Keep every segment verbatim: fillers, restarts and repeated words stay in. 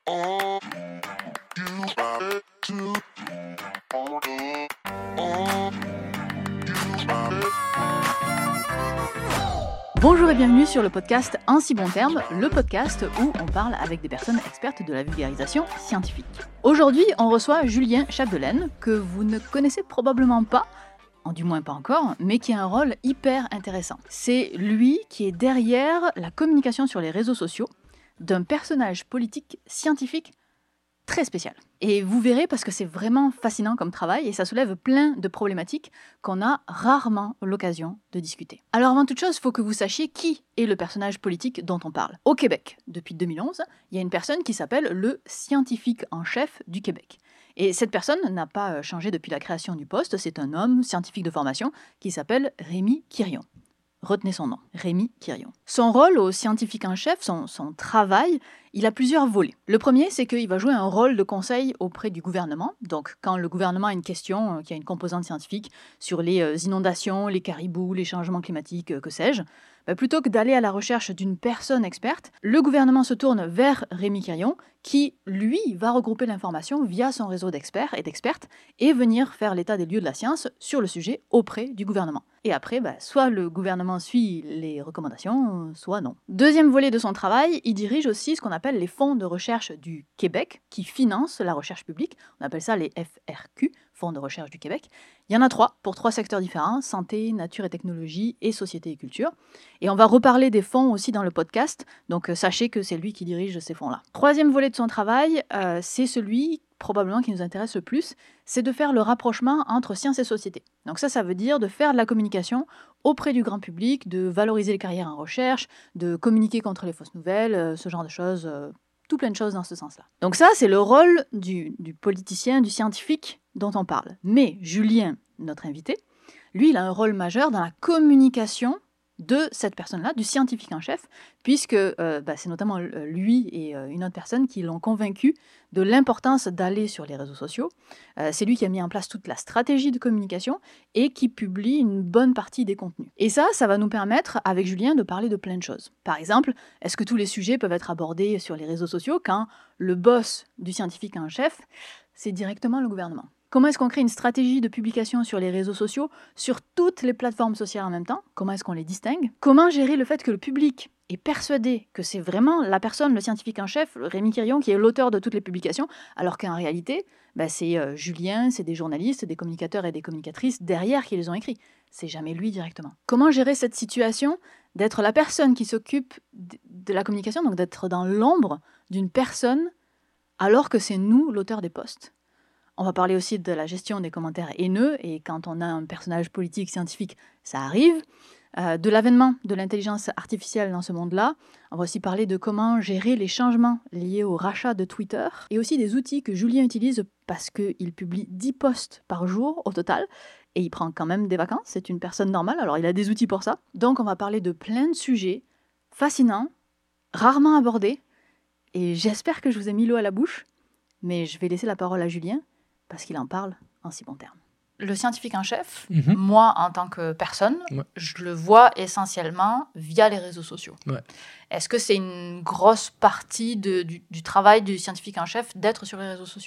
Bonjour et bienvenue sur le podcast En si bon terme, le podcast où on parle avec des personnes expertes de la vulgarisation scientifique. Aujourd'hui, on reçoit Julien Chapdelaine, que vous ne connaissez probablement pas, du moins pas encore, mais qui a un rôle hyper intéressant. C'est lui qui est derrière la communication sur les réseaux sociaux d'un personnage politique scientifique très spécial. Et vous verrez parce que c'est vraiment fascinant comme travail et ça soulève plein de problématiques qu'on a rarement l'occasion de discuter. Alors avant toute chose, il faut que vous sachiez qui est le personnage politique dont on parle. Au Québec, depuis deux mille onze, il y a une personne qui s'appelle le scientifique en chef du Québec. Et cette personne n'a pas changé depuis la création du poste, c'est un homme scientifique de formation qui s'appelle Rémi Quirion. Retenez son nom, Rémi Quirion. Son rôle au scientifique en chef, son, son travail, il a plusieurs volets. Le premier, c'est qu'il va jouer un rôle de conseil auprès du gouvernement. Donc, quand le gouvernement a une question, euh, qui a une composante scientifique sur les euh, inondations, les caribous, les changements climatiques, euh, que sais-je, bah, plutôt que d'aller à la recherche d'une personne experte, le gouvernement se tourne vers Rémi Quirion, qui, lui, va regrouper l'information via son réseau d'experts et d'expertes et venir faire l'état des lieux de la science sur le sujet auprès du gouvernement. Et après, bah, soit le gouvernement suit les recommandations, soit non. Deuxième volet de son travail, il dirige aussi ce qu'on appelle les fonds de recherche du Québec, qui financent la recherche publique. On appelle ça les F R Q, Fonds de recherche du Québec. Il y en a trois, pour trois secteurs différents, santé, nature et technologie, et société et culture. Et on va reparler des fonds aussi dans le podcast, donc sachez que c'est lui qui dirige ces fonds-là. Troisième volet de son travail, euh, c'est celui probablement qui nous intéresse le plus, c'est de faire le rapprochement entre science et société. Donc ça, ça veut dire de faire de la communication auprès du grand public, de valoriser les carrières en recherche, de communiquer contre les fausses nouvelles, euh, ce genre de choses, euh, tout plein de choses dans ce sens-là. Donc ça, c'est le rôle du, du politicien, du scientifique dont on parle. Mais Julien, notre invité, lui, il a un rôle majeur dans la communication de cette personne-là, du scientifique en chef, puisque euh, bah, c'est notamment lui et euh, une autre personne qui l'ont convaincu de l'importance d'aller sur les réseaux sociaux. Euh, c'est lui qui a mis en place toute la stratégie de communication et qui publie une bonne partie des contenus. Et ça, ça va nous permettre, avec Julien, de parler de plein de choses. Par exemple, est-ce que tous les sujets peuvent être abordés sur les réseaux sociaux quand le boss du scientifique en chef, c'est directement le gouvernement ? Comment est-ce qu'on crée une stratégie de publication sur les réseaux sociaux, sur toutes les plateformes sociales en même temps ? Comment est-ce qu'on les distingue ? Comment gérer le fait que le public est persuadé que c'est vraiment la personne, le scientifique en chef, Rémi Quirion, qui est l'auteur de toutes les publications, alors qu'en réalité, bah, c'est euh, Julien, c'est des journalistes, des communicateurs et des communicatrices derrière qui les ont écrits. C'est jamais lui directement. Comment gérer cette situation d'être la personne qui s'occupe de la communication, donc d'être dans l'ombre d'une personne, alors que c'est nous l'auteur des posts ? On va parler aussi de la gestion des commentaires haineux, et quand on a un personnage politique, scientifique, ça arrive. Euh, de l'avènement de l'intelligence artificielle dans ce monde-là. On va aussi parler de comment gérer les changements liés au rachat de Twitter, et aussi des outils que Julien utilise parce qu'il publie dix posts par jour au total, et il prend quand même des vacances, c'est une personne normale, alors il a des outils pour ça. Donc on va parler de plein de sujets fascinants, rarement abordés, et j'espère que je vous ai mis l'eau à la bouche, mais je vais laisser la parole à Julien, parce qu'il en parle en si bon terme. Le scientifique en chef, mm-hmm. moi, en tant que personne, ouais. je le vois essentiellement via les réseaux sociaux. Ouais. Est-ce que c'est une grosse partie de, du, du travail du scientifique en chef d'être sur les réseaux sociaux ?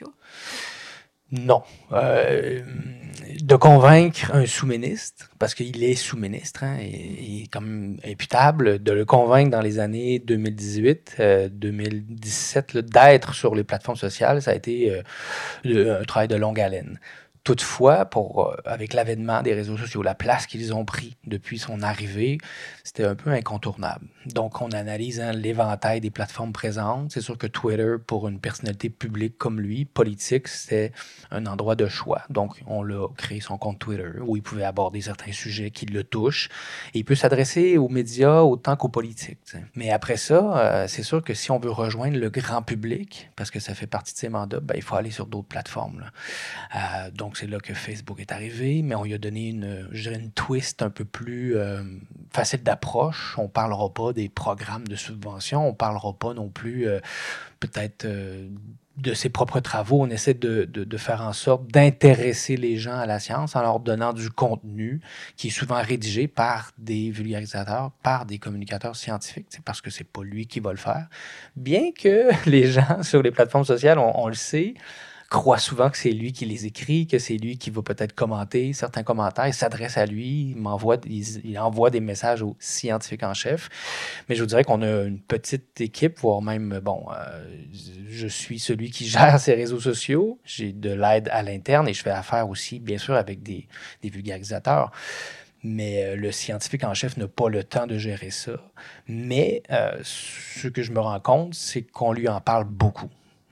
Non. Euh, de convaincre un sous-ministre, parce qu'il est sous-ministre, hein, il est quand même imputable, de le convaincre dans les années deux mille dix-huit, euh, deux mille dix-sept, là, d'être sur les plateformes sociales, ça a été euh, un travail de longue haleine. Toutefois, pour, euh, avec l'avènement des réseaux sociaux, la place qu'ils ont pris depuis son arrivée, c'était un peu incontournable. Donc, on analyse hein, l'éventail des plateformes présentes. C'est sûr que Twitter, pour une personnalité publique comme lui, politique, c'était un endroit de choix. Donc, on l'a créé son compte Twitter, où il pouvait aborder certains sujets qui le touchent. Et il peut s'adresser aux médias autant qu'aux politiques. T'sais. Mais après ça, euh, c'est sûr que si on veut rejoindre le grand public, parce que ça fait partie de ses mandats, ben, il faut aller sur d'autres plateformes. Là. Euh, donc, Donc, c'est là que Facebook est arrivé, mais on lui a donné une, je dirais une twist un peu plus euh, facile d'approche. On ne parlera pas des programmes de subvention, on ne parlera pas non plus euh, peut-être euh, de ses propres travaux, on essaie de, de, de faire en sorte d'intéresser les gens à la science en leur donnant du contenu qui est souvent rédigé par des vulgarisateurs, par des communicateurs scientifiques, c'est parce que c'est pas lui qui va le faire. Bien que les gens sur les plateformes sociales, on, on le sait, croit souvent que c'est lui qui les écrit, que c'est lui qui va peut-être commenter certains commentaires, il s'adresse à lui, il m'envoie, il, il envoie des messages aux scientifiques en chef. Mais je vous dirais qu'on a une petite équipe, voire même, bon, euh, je suis celui qui gère ses réseaux sociaux, j'ai de l'aide à l'interne et je fais affaire aussi, bien sûr, avec des, des vulgarisateurs. Mais euh, le scientifique en chef n'a pas le temps de gérer ça. Mais euh, ce que je me rends compte, c'est qu'on lui en parle beaucoup.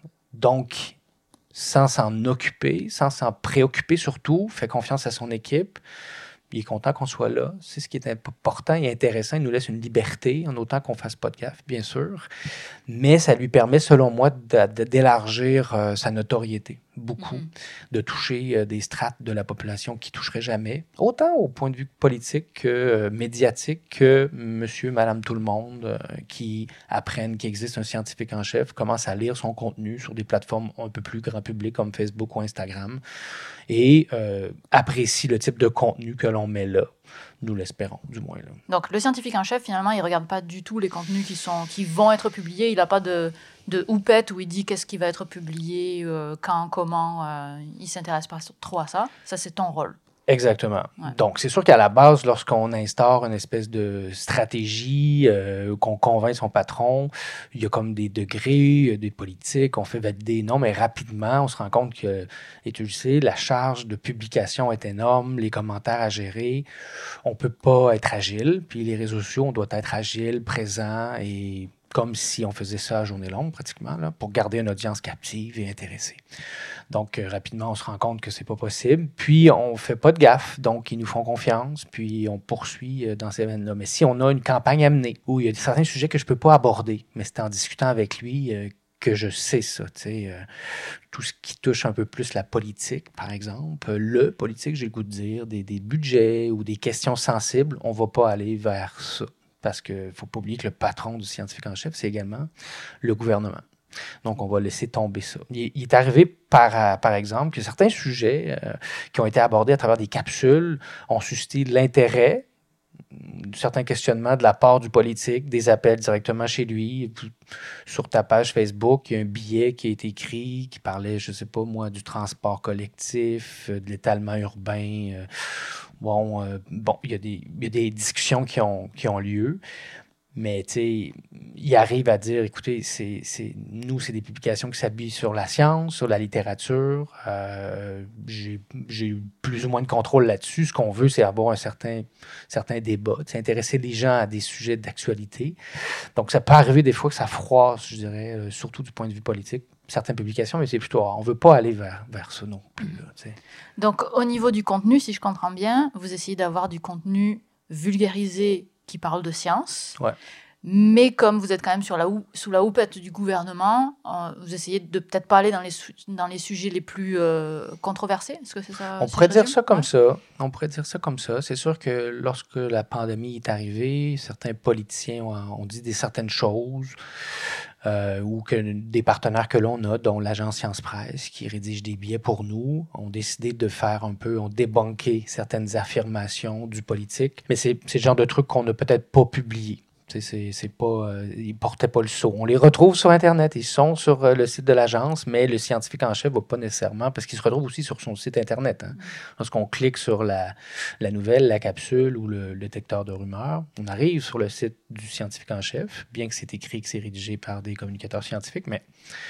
Donc, sans s'en occuper, sans s'en préoccuper surtout, fait confiance à son équipe. Il est content qu'on soit là. C'est ce qui est important et intéressant. Il nous laisse une liberté, en autant qu'on ne fasse pas de gaffe, bien sûr. Mais ça lui permet, selon moi, de, de, d'élargir euh, sa notoriété. Beaucoup. Mm-hmm. De toucher euh, des strates de la population qui ne toucheraient jamais. Autant au point de vue politique que euh, médiatique que monsieur, madame, tout le monde euh, qui apprennent qu'il existe un scientifique en chef, commence à lire son contenu sur des plateformes un peu plus grand public comme Facebook ou Instagram et euh, apprécie le type de contenu que l'on met là. Nous l'espérons, du moins. Là. Donc, le scientifique en chef, finalement, il ne regarde pas du tout les contenus qui, sont, qui vont être publiés. Il n'a pas de, de houppette où il dit qu'est-ce qui va être publié, euh, quand, comment. Euh, il ne s'intéresse pas trop à ça. Ça, c'est ton rôle. Exactement. Ouais. Donc, c'est sûr qu'à la base, lorsqu'on instaure une espèce de stratégie, euh, qu'on convainc son patron, il y a comme des degrés, des politiques, on fait valider. Non, mais rapidement, on se rend compte que, et tu le sais, la charge de publication est énorme, les commentaires à gérer. On ne peut pas être agile. Puis les réseaux sociaux, on doit être agile, présent et comme si on faisait ça à journée longue, pratiquement, là, pour garder une audience captive et intéressée. Donc, euh, rapidement, on se rend compte que c'est pas possible. Puis, on fait pas de gaffe. Donc, ils nous font confiance. Puis, on poursuit euh, dans ces veines-là. Mais si on a une campagne à mener où il y a certains sujets que je peux pas aborder, mais c'est en discutant avec lui euh, que je sais ça. Tu sais, euh, tout ce qui touche un peu plus la politique, par exemple. Le politique, j'ai le goût de dire, des, des budgets ou des questions sensibles, on va pas aller vers ça. Parce qu'il ne faut pas oublier que le patron du scientifique en chef, c'est également le gouvernement. Donc, on va laisser tomber ça. Il, il est arrivé, par, par exemple, que certains sujets euh, qui ont été abordés à travers des capsules ont suscité de l'intérêt, certains questionnements de la part du politique, des appels directement chez lui. Sur ta page Facebook, il y a un billet qui a été écrit qui parlait, je ne sais pas moi, du transport collectif, de l'étalement urbain. Euh, bon, euh, bon, il y a des, il y a des discussions qui ont, qui ont lieu. Mais, tu sais, il arrive à dire, écoutez, c'est, c'est, nous, c'est des publications qui s'habillent sur la science, sur la littérature. Euh, j'ai, j'ai eu plus ou moins de contrôle là-dessus. Ce qu'on veut, c'est avoir un certain, certain débat, intéresser les gens à des sujets d'actualité. Donc, ça peut arriver des fois que ça froisse, je dirais, euh, surtout du point de vue politique, certaines publications, mais c'est plutôt rare. On ne veut pas aller vers, vers ça non plus. Là, t'sais. Donc, au niveau du contenu, si je comprends bien, vous essayez d'avoir du contenu vulgarisé qui parle de science, ouais. Mais comme vous êtes quand même sur la hou- sous la houppette du gouvernement, euh, vous essayez de peut-être pas aller dans les, su- dans les sujets les plus euh, controversés. Est-ce que c'est ça? On si pourrait je dire résume? ça comme ouais. ça. On pourrait dire ça comme ça. C'est sûr que lorsque la pandémie est arrivée, certains politiciens ont, ont dit des certaines choses euh, ou que des partenaires que l'on a, dont l'agence Science Presse, qui rédige des billets pour nous, ont décidé de faire un peu, ont débunké certaines affirmations du politique. Mais c'est, c'est le genre de trucs qu'on n'a peut-être pas publié. C'est, c'est pas, euh, ils ne portaient pas le sceau. On les retrouve sur Internet. Ils sont sur euh, le site de l'agence, mais le scientifique en chef ne va pas nécessairement, parce qu'il se retrouve aussi sur son site Internet. Hein. Lorsqu'on clique sur la, la nouvelle, la capsule ou le, le détecteur de rumeurs, on arrive sur le site du scientifique en chef, bien que c'est écrit que c'est rédigé par des communicateurs scientifiques, mais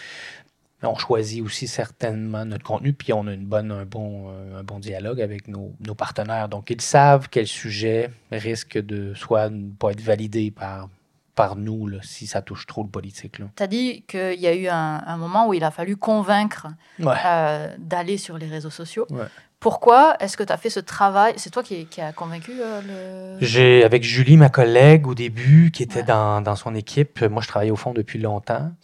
on choisit aussi certainement notre contenu, puis on a une bonne, un, bon, un bon dialogue avec nos, nos partenaires. Donc, ils savent quel sujet risque de soit ne pas être validé par, par nous, là, si ça touche trop le politique. Tu as dit qu'il y a eu un, un moment où il a fallu convaincre ouais. euh, d'aller sur les réseaux sociaux. Ouais. Pourquoi est-ce que tu as fait ce travail? C'est toi qui, qui as convaincu euh, le... J'ai, avec Julie, ma collègue, au début, qui était ouais. dans, dans son équipe, moi, je travaillais au fond depuis longtemps.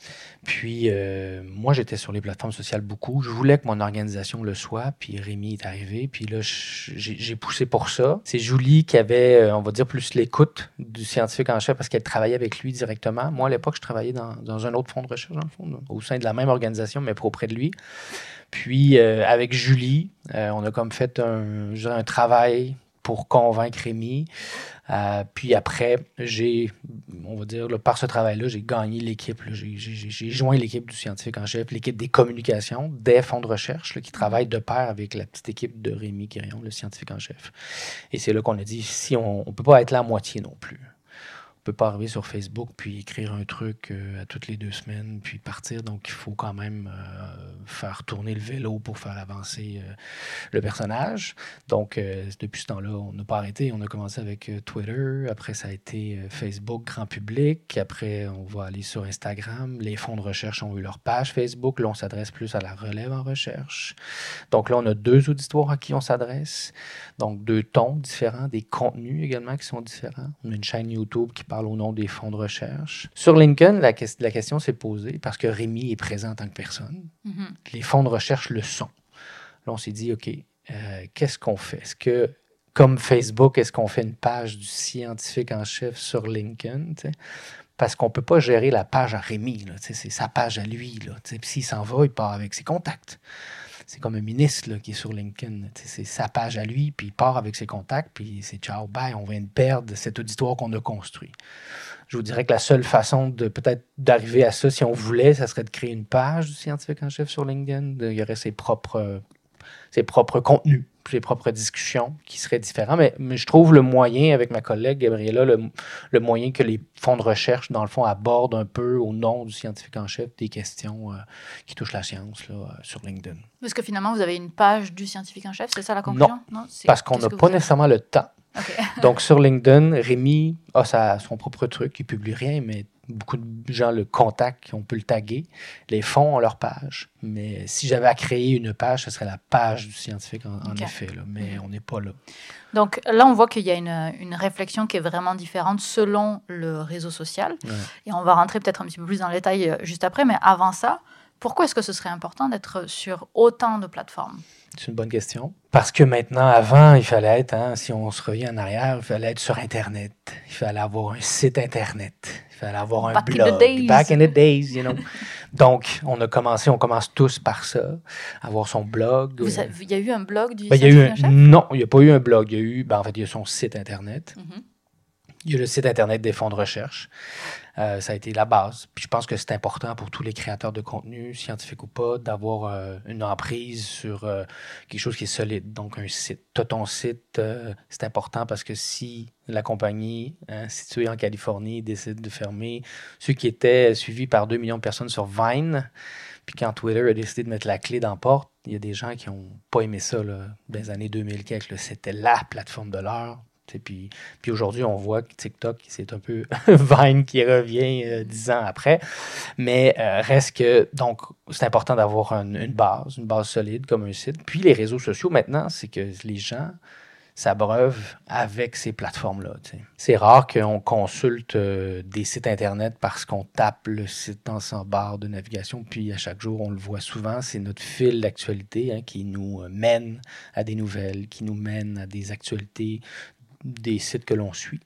Puis, euh, moi, j'étais sur les plateformes sociales beaucoup. Je voulais que mon organisation le soit, puis Rémi est arrivé. Puis là, j'ai, j'ai poussé pour ça. C'est Julie qui avait, euh, on va dire, plus l'écoute du scientifique en chef parce qu'elle travaillait avec lui directement. Moi, à l'époque, je travaillais dans, dans un autre fonds de recherche, dans le fond, là, au sein de la même organisation, mais pas auprès de lui. Puis, euh, avec Julie, euh, on a comme fait un, je dirais, un travail pour convaincre Rémi. Euh, puis après, j'ai, on va dire, là, par ce travail-là, j'ai gagné l'équipe. Là. J'ai, j'ai, j'ai joint l'équipe du scientifique en chef, l'équipe des communications, des fonds de recherche là, qui travaillent de pair avec la petite équipe de Rémi Quirion, le scientifique en chef. Et c'est là qu'on a dit, si on ne peut pas être là à moitié non plus. On ne peut pas arriver sur Facebook puis écrire un truc euh, à toutes les deux semaines puis partir. Donc, il faut quand même euh, faire tourner le vélo pour faire avancer euh, le personnage. Donc, euh, depuis ce temps-là, on n'a pas arrêté. On a commencé avec euh, Twitter. Après, ça a été euh, Facebook grand public. Après, on va aller sur Instagram. Les fonds de recherche ont eu leur page Facebook. Là, on s'adresse plus à la relève en recherche. Donc là, on a deux auditoires à qui on s'adresse. Donc, deux tons différents, des contenus également qui sont différents. On a une chaîne YouTube qui parle au nom des fonds de recherche. Sur LinkedIn, la, que- la question s'est posée parce que Rémi est présent en tant que personne. Mm-hmm. Les fonds de recherche le sont. Là, on s'est dit, OK, euh, qu'est-ce qu'on fait? Est-ce que, comme Facebook, est-ce qu'on fait une page du scientifique en chef sur LinkedIn? T'sais? Parce qu'on ne peut pas gérer la page à Rémi. Là, c'est sa page à lui. Là, puis s'il s'en va, il part avec ses contacts. C'est comme un ministre là, qui est sur LinkedIn. C'est sa page à lui, puis il part avec ses contacts, puis c'est ciao, bye, on vient de perdre cet auditoire qu'on a construit. Je vous dirais que la seule façon de peut-être d'arriver à ça, si on voulait, ça serait de créer une page du scientifique en chef sur LinkedIn. Il y aurait ses propres, ses propres contenus, ses propres discussions qui seraient différents. Mais, mais je trouve le moyen, avec ma collègue Gabriella, le, le moyen que les fonds de recherche, dans le fond, abordent un peu au nom du scientifique en chef des questions euh, qui touchent la science là, euh, sur LinkedIn. Parce que finalement, vous avez une page du scientifique en chef, c'est ça la conclusion? Non, non parce qu'on n'a pas nécessairement le temps. Okay. Donc, sur LinkedIn, Rémi a sa, son propre truc. Il ne publie rien, mais beaucoup de gens le contactent, on peut le taguer. Les fonds ont leur page. Mais si j'avais à créer une page, ce serait la page du scientifique, en, okay. en effet. Là, mais on n'est pas là. Donc, là, on voit qu'il y a une, une réflexion qui est vraiment différente selon le réseau social. Ouais. Et on va rentrer peut-être un petit peu plus dans le détail juste après. Mais avant ça, pourquoi est-ce que ce serait important d'être sur autant de plateformes? C'est une bonne question. Parce que maintenant, avant, il fallait être, hein, si on se revient en arrière, il fallait être sur Internet. Il fallait avoir un site Internet. Il fallait avoir un Back blog. In the days. Back in the days, you know. Donc, on a commencé, on commence tous par ça, avoir son blog. Vous avez, il y a eu un blog du ben, scientifique en chef? Non, il n'y a pas eu un blog. Il y a eu, ben, en fait, il y a son site Internet. Mm-hmm. Il y a le site Internet des fonds de recherche. Euh, ça a été la base. Puis je pense que c'est important pour tous les créateurs de contenu, scientifiques ou pas, d'avoir euh, une emprise sur euh, quelque chose qui est solide. Donc, un site. Tu as ton site, euh, c'est important parce que si la compagnie hein, située en Californie décide de fermer, ceux qui étaient suivis par deux millions de personnes sur Vine, puis quand Twitter a décidé de mettre la clé dans la porte, il y a des gens qui n'ont pas aimé ça là, dans les années deux mille quelques. C'était la plateforme de l'heure. Puis, puis aujourd'hui, on voit que TikTok, c'est un peu Vine qui revient euh, dix ans après. Mais euh, reste que, donc, c'est important d'avoir une, une base, une base solide comme un site. Puis les réseaux sociaux, maintenant, c'est que les gens s'abreuvent avec ces plateformes-là. T'sais. C'est rare qu'on consulte euh, des sites Internet parce qu'on tape le site dans sa barre de navigation. Puis à chaque jour, on le voit souvent, c'est notre fil d'actualité hein, qui nous mène à des nouvelles, qui nous mène à des actualités des sites que l'on suit.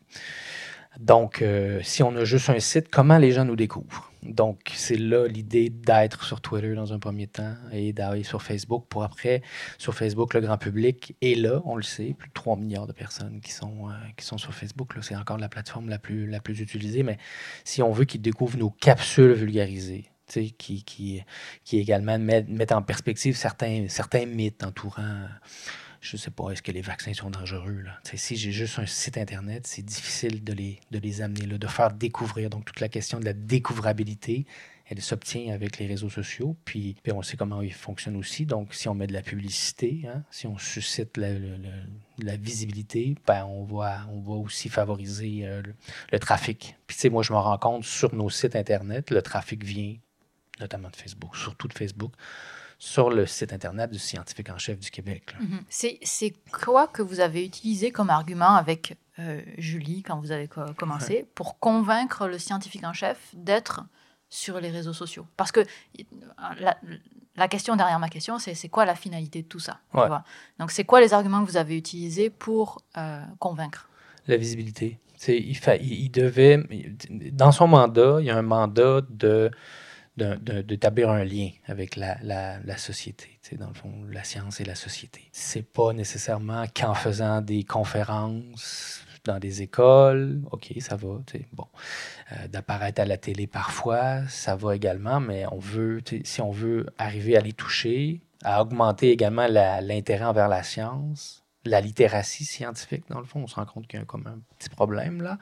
Donc, euh, si on a juste un site, comment les gens nous découvrent? Donc, c'est là l'idée d'être sur Twitter dans un premier temps et d'aller sur Facebook pour après, sur Facebook, le grand public est là, on le sait, plus de trois milliards de personnes qui sont, euh, qui sont sur Facebook. Là, c'est encore la plateforme la plus, la plus utilisée, mais si on veut qu'ils découvrent nos capsules vulgarisées, qui, qui, qui également mettent, mettent en perspective certains, certains mythes entourant... Je ne sais pas, est-ce que les vaccins sont dangereux? Là? Si j'ai juste un site Internet, c'est difficile de les, de les amener là, de faire découvrir. Donc, toute la question de la découvrabilité, elle s'obtient avec les réseaux sociaux. Puis, puis on sait comment ils fonctionnent aussi. Donc, si on met de la publicité, hein, si on suscite la, la, la visibilité, ben, on, va, on va aussi favoriser euh, le, le trafic. Puis, tu sais, moi, je me rends compte sur nos sites Internet, le trafic vient notamment de Facebook, surtout de Facebook, sur le site Internet du scientifique en chef du Québec. Mm-hmm. C'est, c'est quoi que vous avez utilisé comme argument avec euh, Julie, quand vous avez co- commencé, ouais. pour convaincre le scientifique en chef d'être sur les réseaux sociaux? Parce que la, la question derrière ma question, c'est, c'est quoi la finalité de tout ça? Ouais. Tu vois? Donc, c'est quoi les arguments que vous avez utilisés pour euh, convaincre? La visibilité. T'sais, il, fa, il, il devait... Dans son mandat, il y a un mandat de... De, de, d'établir un lien avec la, la, la société, dans le fond, la science et la société. C'est pas nécessairement qu'en faisant des conférences dans des écoles, OK, ça va, bon, euh, d'apparaître à la télé parfois, ça va également, mais on veut, si on veut arriver à les toucher, à augmenter également la, l'intérêt envers la science, la littératie scientifique, dans le fond, on se rend compte qu'il y a comme un petit problème, là.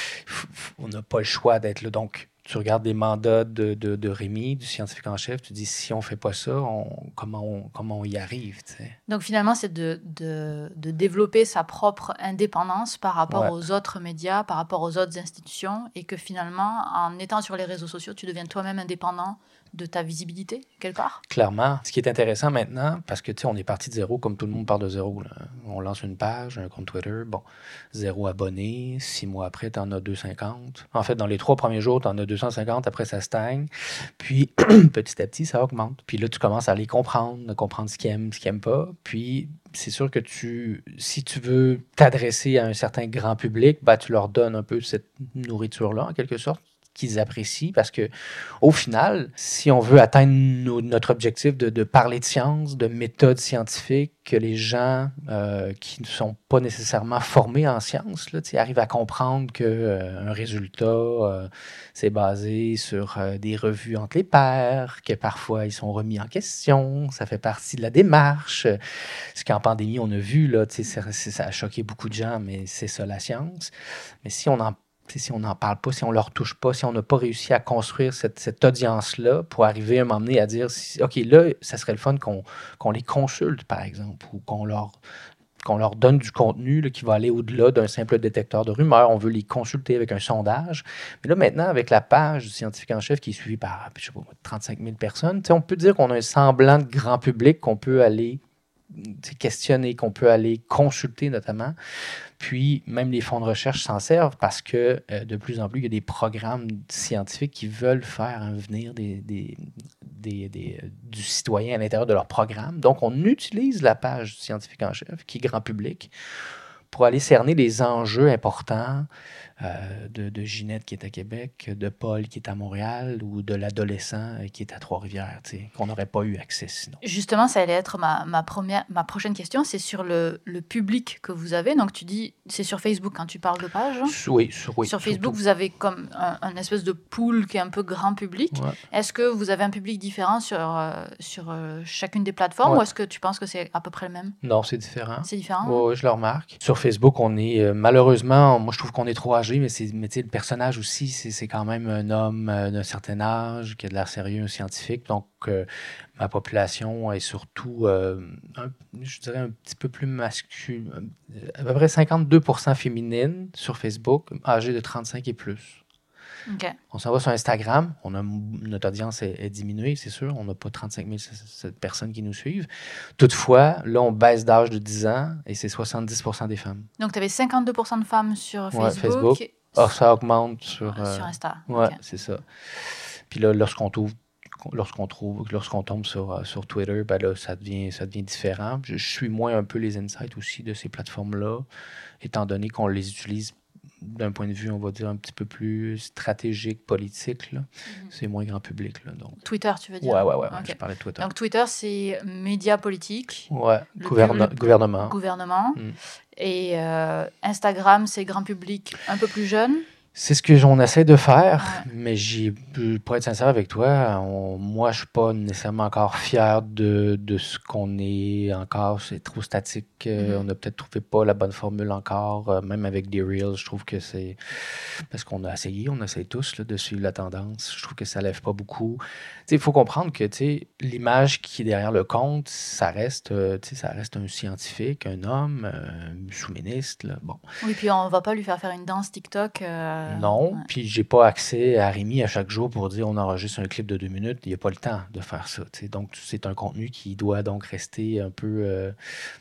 On n'a pas le choix d'être là, donc tu regardes les mandats de, de, de Rémi, du scientifique en chef, tu dis, si on ne fait pas ça, on, comment, on, comment on y arrive? T'sais? Donc finalement, c'est de, de, de développer sa propre indépendance par rapport Ouais. aux autres médias, par rapport aux autres institutions, et que finalement, en étant sur les réseaux sociaux, tu deviens toi-même indépendant de ta visibilité, quelque part? Clairement. Ce qui est intéressant maintenant, parce que, tu sais, on est parti de zéro, comme tout le monde part de zéro. Là. On lance une page, un compte Twitter, bon, zéro abonné. Six mois après, tu en as deux cent cinquante. En fait, dans les trois premiers jours, tu en as deux cent cinquante. Après, ça stagne. Puis, petit à petit, ça augmente. Puis là, tu commences à les comprendre, à comprendre ce qu'ils aiment, ce qu'ils n'aiment pas. Puis, c'est sûr que tu, si tu veux t'adresser à un certain grand public, ben, tu leur donnes un peu cette nourriture-là, en quelque sorte, qu'ils apprécient, parce que au final, si on veut atteindre no, notre objectif de, de parler de science, de méthodes scientifiques, que les gens euh, qui ne sont pas nécessairement formés en sciences là, arrivent à comprendre qu'un euh, résultat, euh, c'est basé sur euh, des revues entre les pairs, que parfois ils sont remis en question, ça fait partie de la démarche. Ce qu'en pandémie, on a vu, là, c'est, c'est, ça a choqué beaucoup de gens, mais c'est ça la science. Mais si on en si on n'en parle pas, si on ne leur touche pas, si on n'a pas réussi à construire cette, cette audience-là pour arriver à un moment donné à dire, si, OK, là, ça serait le fun qu'on, qu'on les consulte, par exemple, ou qu'on leur, qu'on leur donne du contenu là, qui va aller au-delà d'un simple détecteur de rumeurs. On veut les consulter avec un sondage. Mais là, maintenant, avec la page du scientifique en chef qui est suivie par, je sais pas, trente-cinq mille personnes, on peut dire qu'on a un semblant de grand public qu'on peut aller questionner, qu'on peut aller consulter notamment. Puis, même les fonds de recherche s'en servent parce que euh, de plus en plus, il y a des programmes scientifiques qui veulent faire venir des, des, des, des, euh, du citoyen à l'intérieur de leur programme. Donc, on utilise la page du scientifique en chef, qui est grand public, pour aller cerner les enjeux importants euh, de, de Ginette qui est à Québec, de Paul qui est à Montréal ou de l'adolescent qui est à Trois-Rivières, qu'on n'aurait pas eu accès sinon. Justement, ça allait être ma, ma, première, ma prochaine question, c'est sur le, le public que vous avez. Donc, tu dis, c'est sur Facebook quand tu parles de page. Oui, sur, oui, sur Facebook, surtout. Vous avez comme un, un espèce de pool qui est un peu grand public. Ouais. Est-ce que vous avez un public différent sur, euh, sur euh, chacune des plateformes ouais. ou est-ce que tu penses que c'est à peu près le même? Non, c'est différent. C'est différent? Oui, ouais, je le remarque. Sur Facebook, on est euh, malheureusement, moi je trouve qu'on est trop âgé, mais, c'est, mais le personnage aussi, c'est, c'est quand même un homme euh, d'un certain âge qui a de l'air sérieux, un scientifique. Donc, euh, ma population est surtout, euh, un, je dirais, un petit peu plus masculine, à peu près cinquante-deux pour cent féminine sur Facebook, âgée de trente-cinq et plus. Okay. On s'en va sur Instagram, on a, notre audience est, est diminuée, c'est sûr, on n'a pas trente-cinq mille personnes qui nous suivent. Toutefois, là, on baisse d'âge de dix ans et c'est soixante-dix pour cent des femmes. Donc, tu avais cinquante-deux pour cent de femmes sur Facebook. Ouais, Facebook. Oh, ça augmente sur... Euh, sur Insta. Ouais, okay. c'est ça. Puis là, lorsqu'on trouve, lorsqu'on trouve, lorsqu'on tombe sur, sur Twitter, ben là, ça devient, ça devient différent. Je, je suis moins un peu les insights aussi de ces plateformes-là, étant donné qu'on les utilise d'un point de vue, on va dire, un petit peu plus stratégique, politique. Là. Mm-hmm. C'est moins grand public. Là, donc. Twitter, tu veux dire? Ouais, ouais, ouais. Okay. Je parlais de Twitter. Donc, Twitter, c'est médias politiques. Ouais, Gouverno- public, gouvernement. Gouvernement. Mm. Et euh, Instagram, c'est grand public un peu plus jeune. C'est ce que on essaie de faire, ouais. mais j'ai, pour être sincère avec toi, on, moi, je suis pas nécessairement encore fier de, de ce qu'on est encore. C'est trop statique. Mm-hmm. On n'a peut-être trouvé pas la bonne formule encore. Même avec des Reels, je trouve que c'est... Parce qu'on a essayé, on essaie tous là, de suivre la tendance. Je trouve que ça lève pas beaucoup. Il faut comprendre que l'image qui est derrière le compte, ça reste, ça reste un scientifique, un homme, un sous-ministre. Là. Bon. Oui, puis on va pas lui faire faire une danse TikTok. Euh... Non, ouais. Puis j'ai pas accès à Rémi à chaque jour pour dire on enregistre un clip de deux minutes. Il n'y a pas le temps de faire ça. T'sais. Donc c'est un contenu qui doit donc rester un peu, euh,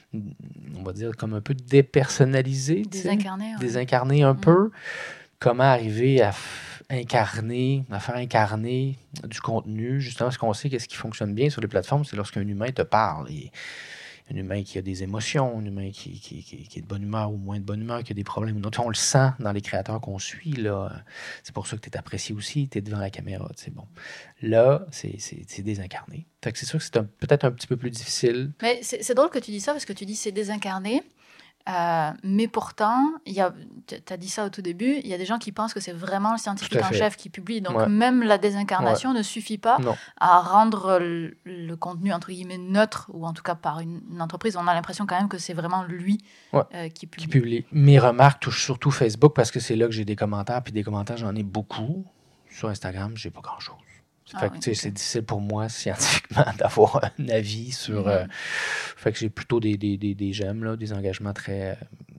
on va dire, comme un peu dépersonnalisé. Désincarné. Ouais. Désincarné un mmh. peu. Comment arriver à, f- incarner, à faire incarner du contenu, justement, ce qu'on sait qu'est-ce qui fonctionne bien sur les plateformes, c'est lorsqu'un humain te parle. Et un humain qui a des émotions, un humain qui, qui, qui, qui est de bonne humeur ou moins de bonne humeur, qui a des problèmes. Donc, on le sent dans les créateurs qu'on suit. Là. C'est pour ça que tu es apprécié aussi, tu es devant la caméra. C'est bon. Là, c'est, c'est, c'est désincarné. Fait que c'est sûr que c'est un, peut-être un petit peu plus difficile. Mais c'est, c'est drôle que tu dis ça, parce que tu dis c'est désincarné. Euh, mais pourtant, tu as dit ça au tout début, il y a des gens qui pensent que c'est vraiment le scientifique en chef qui publie. Donc, ouais. même la désincarnation ouais. ne suffit pas non. à rendre le, le contenu, entre guillemets, neutre, ou en tout cas par une, une entreprise. On a l'impression quand même que c'est vraiment lui ouais. euh, qui publie. Qui publie. Mes remarques touchent surtout Facebook parce que c'est là que j'ai des commentaires. Puis des commentaires, j'en ai beaucoup. Sur Instagram, j'ai pas grand-chose. Ah, fait que, oui, okay. C'est difficile pour moi, scientifiquement, d'avoir un avis sur... Mm-hmm. Euh, fait que j'ai plutôt des, des, des, des j'aime, là, des engagements très, euh,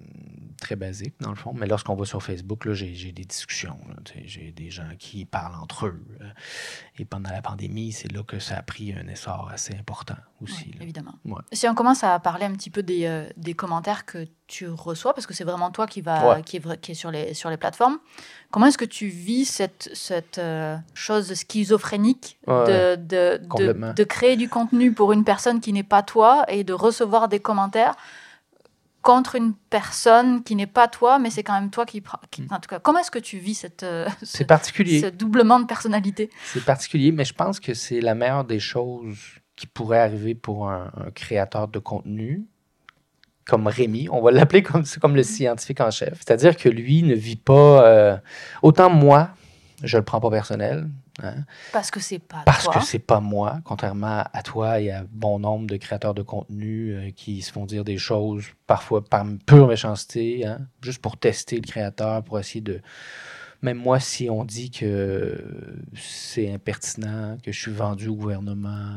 très basiques, dans le fond. Mais lorsqu'on va sur Facebook, là, j'ai, j'ai des discussions. Là, j'ai des gens qui parlent entre eux. Là. Et pendant la pandémie, c'est là que ça a pris un essor assez important aussi. Oui, là. Évidemment. Ouais. Si on commence à parler un petit peu des, euh, des commentaires que tu reçois, parce que c'est vraiment toi qui, va, ouais. qui, est, qui est sur les, sur les plateformes, comment est-ce que tu vis cette, cette euh, chose schizophrénique ouais, de, de, de, de créer du contenu pour une personne qui n'est pas toi et de recevoir des commentaires contre une personne qui n'est pas toi, mais c'est quand même toi qui... qui en tout cas, comment est-ce que tu vis cette, euh, ce, c'est particulier. ce doublement de personnalité? C'est particulier, mais je pense que c'est la meilleure des choses qui pourrait arriver pour un, un créateur de contenu, comme Rémi, on va l'appeler comme ça, comme le scientifique en chef. C'est-à-dire que lui ne vit pas... Euh, autant moi, je le prends pas personnel. Hein, parce que c'est pas parce toi. Parce que c'est pas moi, contrairement à toi et à bon nombre de créateurs de contenu euh, qui se font dire des choses, parfois par pure méchanceté, hein, juste pour tester le créateur, pour essayer de... Même moi, si on dit que c'est impertinent, que je suis vendu au gouvernement...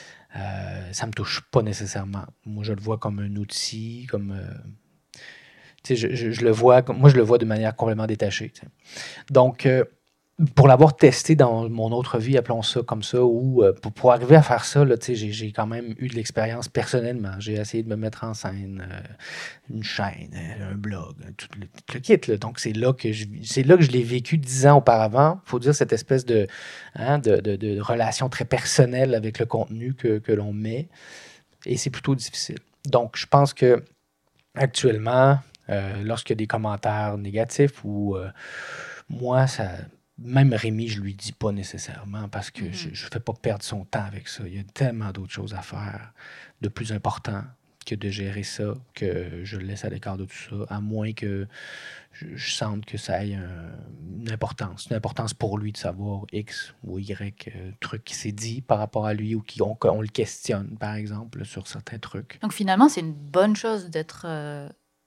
Euh, ça me touche pas nécessairement. Moi, je le vois comme un outil, comme... Euh, tu sais, je, je, je le vois... Moi, je le vois de manière complètement détachée. T'sais. Donc, euh, pour l'avoir testé dans mon autre vie, appelons ça comme ça, ou euh, pour, pour arriver à faire ça, là, j'ai, j'ai quand même eu de l'expérience personnellement. J'ai essayé de me mettre en scène euh, une chaîne, un blog, tout le, tout le kit. Là. Donc, c'est là, que je, c'est là que je l'ai vécu dix ans auparavant. Il faut dire cette espèce de, hein, de, de, de relation très personnelle avec le contenu que, que l'on met. Et c'est plutôt difficile. Donc, je pense que actuellement, euh, lorsqu'il y a des commentaires négatifs ou euh, moi, ça... Même Rémi, je lui dis pas nécessairement parce que mm-hmm. je ne fais pas perdre son temps avec ça. Il y a tellement d'autres choses à faire de plus important que de gérer ça, que je le laisse à l'écart de tout ça, à moins que je, je sente que ça ait un, une importance. Une importance pour lui de savoir X ou Y euh, truc qui s'est dit par rapport à lui ou qu'on on le questionne, par exemple, sur certains trucs. Donc finalement, c'est une bonne chose d'être... Euh,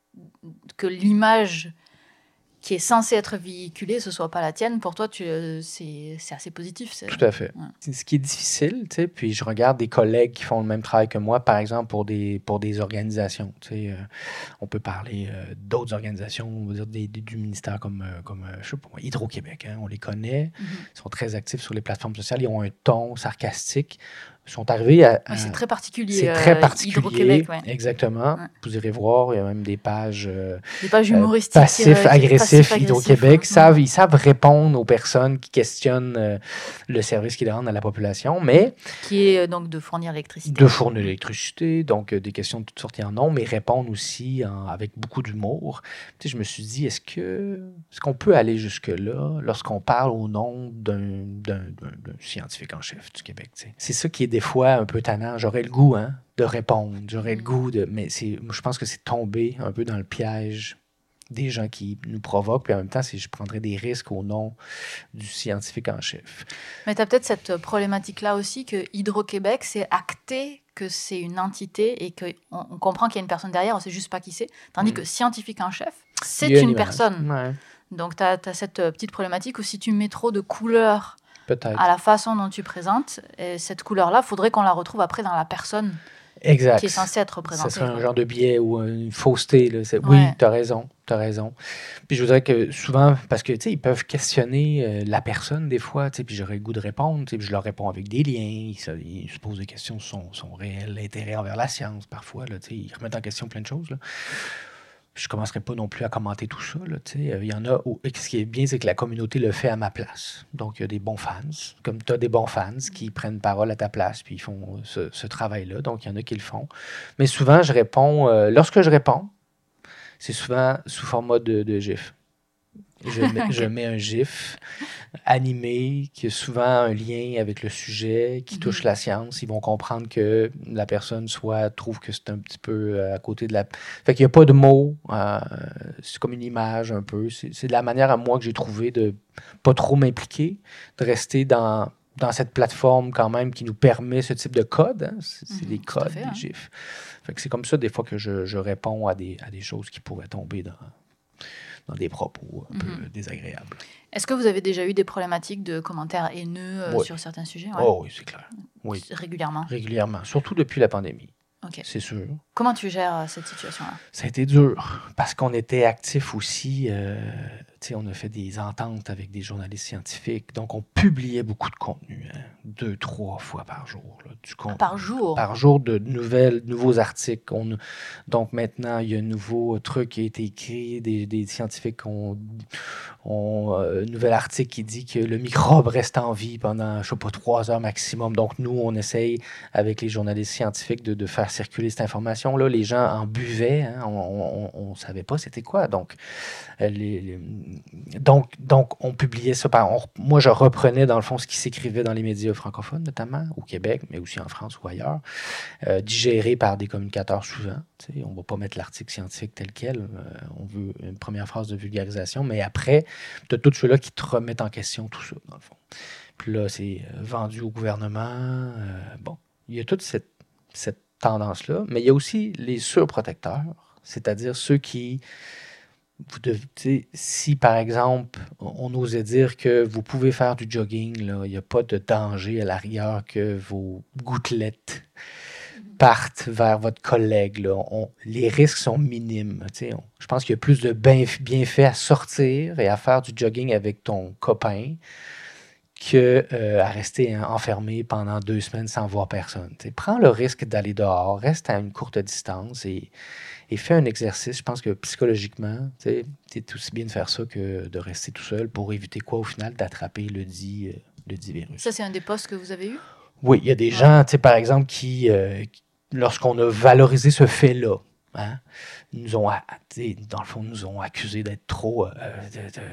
que l'image... qui est censé être véhiculé, ce soit pas la tienne, pour toi, tu, c'est, c'est assez positif. C'est... Tout à fait. Ouais. C'est ce qui est difficile, tu sais, puis je regarde des collègues qui font le même travail que moi, par exemple, pour des, pour des organisations, tu sais, euh, on peut parler euh, d'autres organisations, on va dire des, des, du ministère comme, euh, comme euh, je sais pas, Hydro-Québec, hein, on les connaît, mm-hmm. ils sont très actifs sur les plateformes sociales, ils ont un ton sarcastique, sont arrivés à... à... Oui, c'est très particulier. C'est très euh, particulier, Hydro-Québec, ouais. Exactement. Ouais. Vous irez voir, il y a même des pages... Euh, des pages humoristiques. Euh, passifs, agressifs, passif, Hydro-Québec. Ouais. Savent, ils savent répondre aux personnes qui questionnent euh, le service qu'ils rendent à la population, mais... Qui est euh, donc de fournir l'électricité. De fournir l'électricité, donc euh, des questions de toutes sortes, il y en a, mais répondre aussi en, avec beaucoup d'humour. Tu sais, je me suis dit, est-ce que est-ce qu'on peut aller jusque-là lorsqu'on parle au nom d'un, d'un, d'un, d'un scientifique en chef du Québec? Tu sais? C'est ça qui est des fois un peu tannant. J'aurais le goût hein, de répondre, j'aurais le goût de... Mais c'est, je pense que c'est tomber un peu dans le piège des gens qui nous provoquent, puis en même temps, c'est, je prendrais des risques au nom du scientifique en chef. Mais tu as peut-être cette problématique-là aussi que Hydro-Québec, c'est acté que c'est une entité et qu'on on comprend qu'il y a une personne derrière, on ne sait juste pas qui c'est. Tandis mmh. que scientifique en chef, c'est une, une personne. Ouais. Donc tu as cette petite problématique où si tu mets trop de couleurs Peut-être. à la façon dont tu présentes, et cette couleur-là, il faudrait qu'on la retrouve après dans la personne exact. qui est censée être représentée. Ça serait un genre de biais ou une fausseté. Là. C'est... Ouais. Oui, tu as raison. Tu as raison. Puis je voudrais que souvent, parce que tu sais, ils peuvent questionner euh, la personne des fois, tu sais, puis j'aurais le goût de répondre, tu sais, puis je leur réponds avec des liens, ils se, ils se posent des questions sur son, son réel intérêt envers la science parfois, là, tu sais, ils remettent en question plein de choses. Là. je ne commencerai pas non plus à commenter tout ça. Là, il y en a où, et ce qui est bien, c'est que la communauté le fait à ma place. Donc, il y a des bons fans, comme tu as des bons fans qui prennent parole à ta place puis ils font ce, ce travail-là. Donc, il y en a qui le font. Mais souvent, je réponds, euh, lorsque je réponds, c'est souvent sous format de, de GIF. Je mets, okay. je mets un GIF animé qui a souvent un lien avec le sujet, qui mm-hmm. touche la science. Ils vont comprendre que la personne soit trouve que c'est un petit peu à côté de la... Fait qu'il n'y a pas de mots. Euh, c'est comme une image un peu. C'est, c'est de la manière à moi que j'ai trouvé de pas trop m'impliquer, de rester dans, dans cette plateforme quand même qui nous permet ce type de code. Hein. C'est, c'est mm-hmm. des codes, fait, des hein. GIFs. Fait que c'est comme ça des fois que je, je réponds à des, à des choses qui pourraient tomber dans... dans des propos un mm-hmm. peu désagréables. Est-ce que vous avez déjà eu des problématiques de commentaires haineux euh, oui. sur certains sujets? Ouais. Oh oui, c'est clair. Oui. Régulièrement? Régulièrement, surtout depuis la pandémie. Okay. C'est sûr. Comment tu gères euh, cette situation-là? Ça a été dur, parce qu'on était actifs aussi. Euh, on a fait des ententes avec des journalistes scientifiques, donc on publiait beaucoup de contenu, hein, deux, trois fois par jour. Là, du contenu, par jour? Par jour de nouvelles, nouveaux articles. On, donc maintenant, il y a un nouveau truc qui a été écrit, des, des scientifiques ont, ont euh, un nouvel article qui dit que le microbe reste en vie pendant, je sais pas, trois heures maximum. Donc nous, on essaye, avec les journalistes scientifiques, de, de faire circuler cette information-là. Les gens en buvaient, hein, on ne savait pas c'était quoi. Donc, euh, les, les, donc, donc, on publiait ça. Par, on, moi, je reprenais, dans le fond, ce qui s'écrivait dans les médias francophones, notamment, au Québec, mais aussi en France ou ailleurs, euh, digéré par des communicateurs souvent. On ne va pas mettre l'article scientifique tel quel. Euh, on veut une première phase de vulgarisation, mais après, tu as tous ceux-là qui te remettent en question tout ça, dans le fond. Puis là, c'est vendu au gouvernement. Euh, bon, il y a toute cette, cette tendance-là, mais il y a aussi les surprotecteurs, c'est-à-dire ceux qui... Vous devez, si, par exemple, on osait dire que vous pouvez faire du jogging, là, il n'y a pas de danger à l'arrière que vos gouttelettes partent vers votre collègue. Là. On, les risques sont minimes. On, je pense qu'il y a plus de bienfaits à sortir et à faire du jogging avec ton copain que euh, à rester enfermé pendant deux semaines sans voir personne. T'sais, prends le risque d'aller dehors, reste à une courte distance et, et fais un exercice. Je pense que psychologiquement, c'est aussi bien de faire ça que de rester tout seul pour éviter quoi, au final, d'attraper le dit, euh, le dit virus. Ça, c'est un des postes que vous avez eu? Oui, il y a des ouais. gens, par exemple, qui, euh, lorsqu'on a valorisé ce fait-là, hein, nous ont, dans le fond, nous ont accusés d'être trop... Euh, de, de,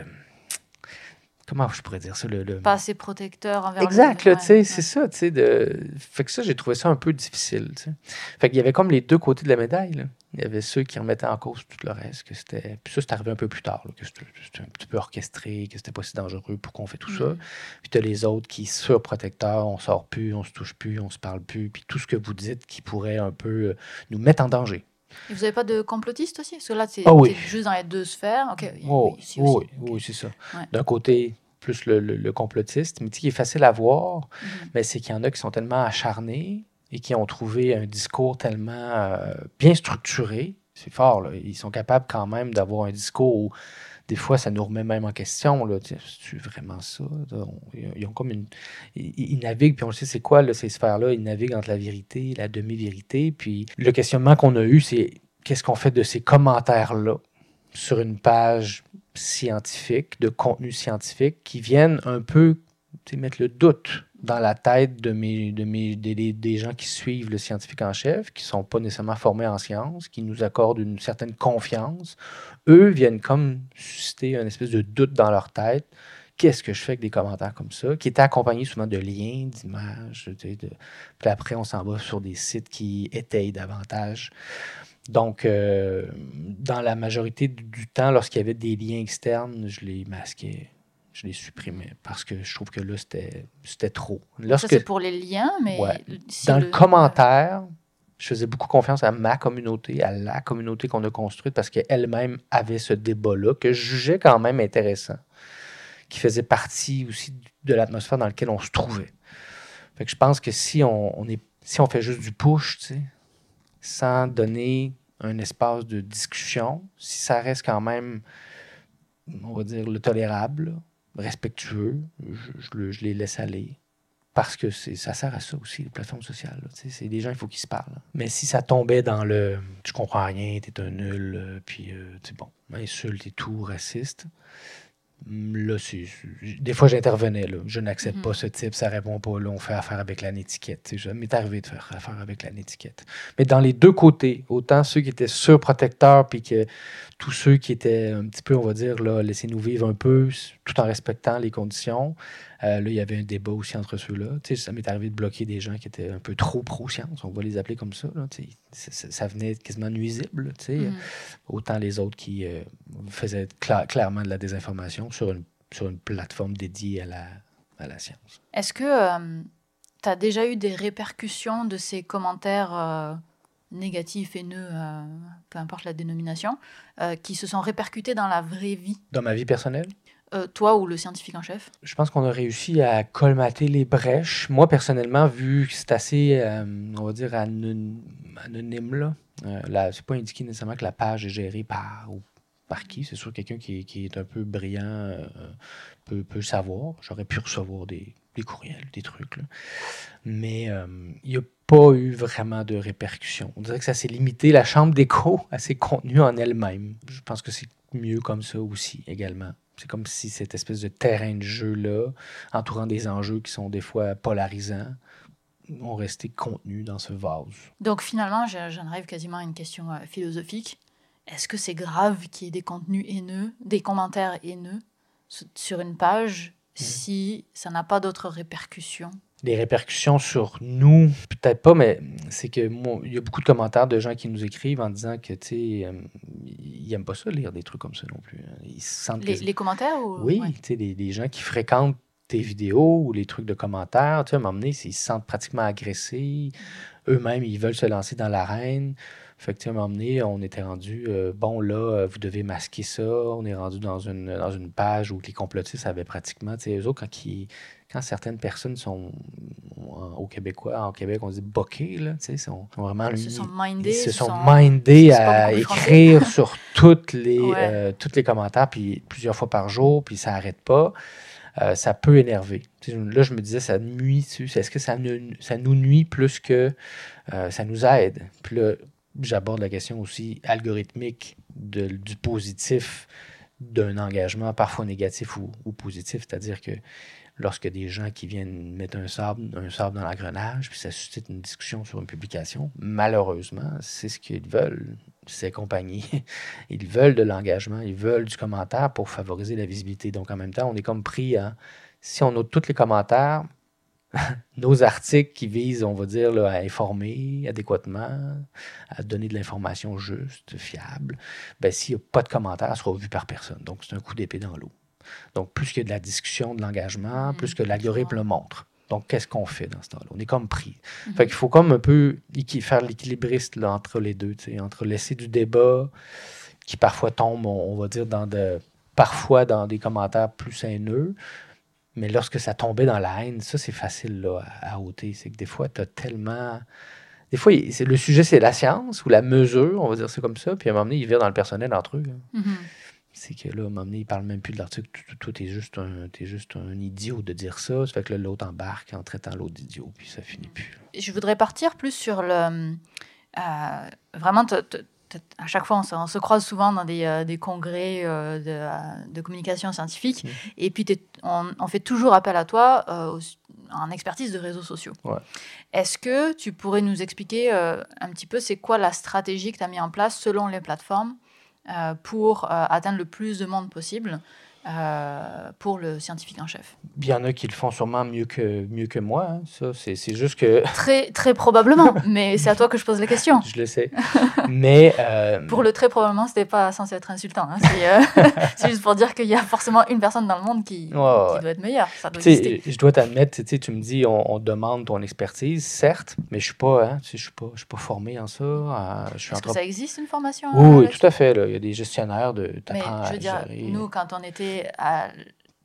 Comment je pourrais dire ça? Le, le... Pas assez protecteur envers exact, le... là, ouais, ouais. c'est ça. De... Fait que ça, j'ai trouvé ça un peu difficile. T'sais. Fait qu'il y avait comme les deux côtés de la médaille. Là. Il y avait ceux qui remettaient en cause tout le reste. Que c'était... Puis ça, c'est arrivé un peu plus tard, là, que c'était, c'était un petit peu orchestré, que c'était pas si dangereux pour qu'on fait tout mm. ça. Puis tu as les autres qui, surprotecteurs, on sort plus, on se touche plus, on se parle plus. Puis tout ce que vous dites qui pourrait un peu euh, nous mettre en danger. Et vous n'avez pas de complotistes aussi? Parce que là, c'est ah, oui. juste dans les deux sphères. Okay. Oh, oui, oui, oui, okay. oui, c'est ça. Ouais. D'un côté, plus le, le, le complotiste, mais qui est facile à voir, mm-hmm. mais c'est qu'il y en a qui sont tellement acharnés et qui ont trouvé un discours tellement euh, bien structuré. C'est fort, là. Ils sont capables quand même d'avoir un discours où des fois, ça nous remet même en question. Là. C'est vraiment ça? Ils ont comme une... Ils, ils naviguent, puis on le sait, c'est quoi là, ces sphères-là? Ils naviguent entre la vérité, la demi-vérité. Puis le questionnement qu'on a eu, c'est qu'est-ce qu'on fait de ces commentaires-là sur une page scientifique, de contenu scientifique, qui viennent un peu mettre le doute dans la tête de mes, de mes, des, des, des gens qui suivent le scientifique en chef, qui ne sont pas nécessairement formés en sciences, qui nous accordent une certaine confiance. Eux viennent comme susciter une espèce de doute dans leur tête. Qu'est-ce que je fais avec des commentaires comme ça, qui étaient accompagnés souvent de liens, d'images. De, de... Puis après, on s'en va sur des sites qui étayent davantage. Donc, euh, dans la majorité du temps, lorsqu'il y avait des liens externes, je les masquais. Je les supprimais parce que je trouve que là, c'était, c'était trop. Lorsque, ça, c'est pour les liens, mais... Ouais. Dans le, le commentaire, je faisais beaucoup confiance à ma communauté, à la communauté qu'on a construite parce qu'elle-même avait ce débat-là que je jugeais quand même intéressant, qui faisait partie aussi de l'atmosphère dans laquelle on se trouvait. Fait que je pense que si on, on, est, si on fait juste du push, tu sais, sans donner un espace de discussion, si ça reste quand même, on va dire, le tolérable, là, respectueux, je, je, je les laisse aller. parce que c'est, ça sert à ça aussi, les plateformes sociales. Là, c'est des gens, il faut qu'ils se parlent. Mais si ça tombait dans le « tu comprends rien, t'es un nul euh, », puis euh, tu bon, insulte et tout, raciste, là, c'est, c'est, des fois, j'intervenais. Là. Je n'accepte mm-hmm. pas ce type, ça répond pas. Là, on fait affaire avec la netiquette. Ça m'est arrivé de faire affaire avec la netiquette. Mais dans les deux côtés, autant ceux qui étaient surprotecteurs, puis que tous ceux qui étaient un petit peu, on va dire, là, laissez-nous vivre un peu, tout en respectant les conditions. Euh, là, il y avait un débat aussi entre ceux-là. Tu sais, ça m'est arrivé de bloquer des gens qui étaient un peu trop pro-science, on va les appeler comme ça. Là, tu sais. ça, ça venait quasiment nuisible. Tu sais. Mm. Autant les autres qui euh, faisaient cla- clairement de la désinformation sur une, sur une plateforme dédiée à la, à la science. Est-ce que euh, tu as déjà eu des répercussions de ces commentaires euh, négatifs, haineux, euh, peu importe la dénomination, euh, qui se sont répercutés dans la vraie vie? Dans ma vie personnelle? Euh, toi ou le scientifique en chef? Je pense qu'on a réussi à colmater les brèches. Moi, personnellement, vu que c'est assez, euh, on va dire, anon- anonyme, là, euh, là, c'est pas indiqué nécessairement que la page est gérée par, ou par qui. C'est sûr que quelqu'un qui, qui est un peu brillant euh, peut, peut savoir. J'aurais pu recevoir des, des courriels, des trucs. Là. Mais euh, il n'y a pas eu vraiment de répercussions. On dirait que ça s'est limité, la chambre d'écho, à ses contenus en elle-même. Je pense que c'est mieux comme ça aussi, également. C'est comme si cette espèce de terrain de jeu-là, entourant des enjeux qui sont des fois polarisants, ont resté contenus dans ce vase. Donc finalement, j'en arrive quasiment à une question euh, philosophique. Est-ce que c'est grave qu'il y ait des contenus haineux, des commentaires haineux sur une page mmh. si ça n'a pas d'autres répercussions? Les répercussions sur nous, peut-être pas, mais c'est que moi, il y a beaucoup de commentaires de gens qui nous écrivent en disant que, tu sais, euh, ils n'aiment pas ça lire des trucs comme ça non plus. Ils se sentent les, les commentaires ou... Oui, ouais. tu sais, les, les gens qui fréquentent tes vidéos ou les trucs de commentaires, tu sais, à un moment donné, ils se sentent pratiquement agressés. Mmh. Eux-mêmes, ils veulent se lancer dans l'arène. Fait que, tu sais, à un moment donné, on était rendu, euh, bon, là, vous devez masquer ça. On est rendu dans une, dans une page où les complotistes avaient pratiquement, tu sais, eux autres, quand ils... Quand certaines personnes sont au Québécois, en Québec, on dit boquées, là, tu sais, sont, sont vraiment... Ils se sont mindés. Ils se sont, sont mindés à écrire sur toutes les, ouais. euh, tous les commentaires, puis plusieurs fois par jour, puis ça n'arrête pas. Euh, ça peut énerver. Là, je me disais, ça nuit, est-ce que ça, ne, ça nous nuit plus que euh, ça nous aide? Puis là, j'aborde la question aussi algorithmique de, du positif d'un engagement, parfois négatif ou, ou positif, c'est-à-dire que lorsque des gens qui viennent mettre un sable, un sable dans l'engrenage, puis ça suscite une discussion sur une publication, malheureusement, c'est ce qu'ils veulent, ces compagnies. Ils veulent de l'engagement, ils veulent du commentaire pour favoriser la visibilité. Donc, en même temps, on est comme pris à... Si on note tous les commentaires, nos articles qui visent, on va dire, là, à informer adéquatement, à donner de l'information juste, fiable, ben, s'il n'y a pas de commentaires, ça sera vu par personne. Donc, c'est un coup d'épée dans l'eau. Donc, plus qu'il y a de la discussion, de l'engagement, mmh, plus que l'algorithme le montre. Donc, qu'est-ce qu'on fait dans ce temps-là? On est comme pris. Mmh. Fait qu'il faut comme un peu faire l'équilibriste là, entre les deux, entre laisser du débat qui parfois tombe, on, on va dire, dans de, parfois dans des commentaires plus haineux, mais lorsque ça tombait dans la haine, ça, c'est facile là, à, à ôter. C'est que des fois, tu as tellement... Des fois, c'est, le sujet, c'est la science ou la mesure, on va dire c'est comme ça, puis à un moment donné, ils virent dans le personnel entre eux. Hein. Mmh. C'est que là, à un moment donné, il ne parle même plus de l'article. Toi, tu es juste, juste un idiot de dire ça. Ça fait que là, l'autre embarque en traitant l'autre d'idiot, puis ça finit plus. Je voudrais partir plus sur le... Euh, vraiment, te, te, te, à chaque fois, on se, on se croise souvent dans des, euh, des congrès euh, de, euh, de communication scientifique. Mmh. Et puis, on, on fait toujours appel à toi euh, en expertise de réseaux sociaux. Ouais. Est-ce que tu pourrais nous expliquer euh, un petit peu c'est quoi la stratégie que tu as mis en place selon les plateformes Euh, pour euh, atteindre le plus de monde possible euh, pour le scientifique en chef? Il y en a qui le font sûrement mieux que, mieux que moi. Hein. Ça, c'est, c'est juste que... Très, très probablement, mais c'est à toi que je pose la question. Je le sais. Mais... Euh... Pour le très probablement, c'était pas censé être insultant. Hein. C'est, euh, c'est juste pour dire qu'il y a forcément une personne dans le monde qui, ouais, ouais. qui doit être meilleure. Ça doit exister. Je dois t'admettre, tu me dis, on, on demande ton expertise, certes, mais je suis pas, hein, je suis pas, je suis pas formé en ça. Euh, je suis Est-ce en que ça existe une formation? Oui, oui, tout à fait. Là. Il y a des gestionnaires de mais je veux dire, gérer. Nous, quand on était à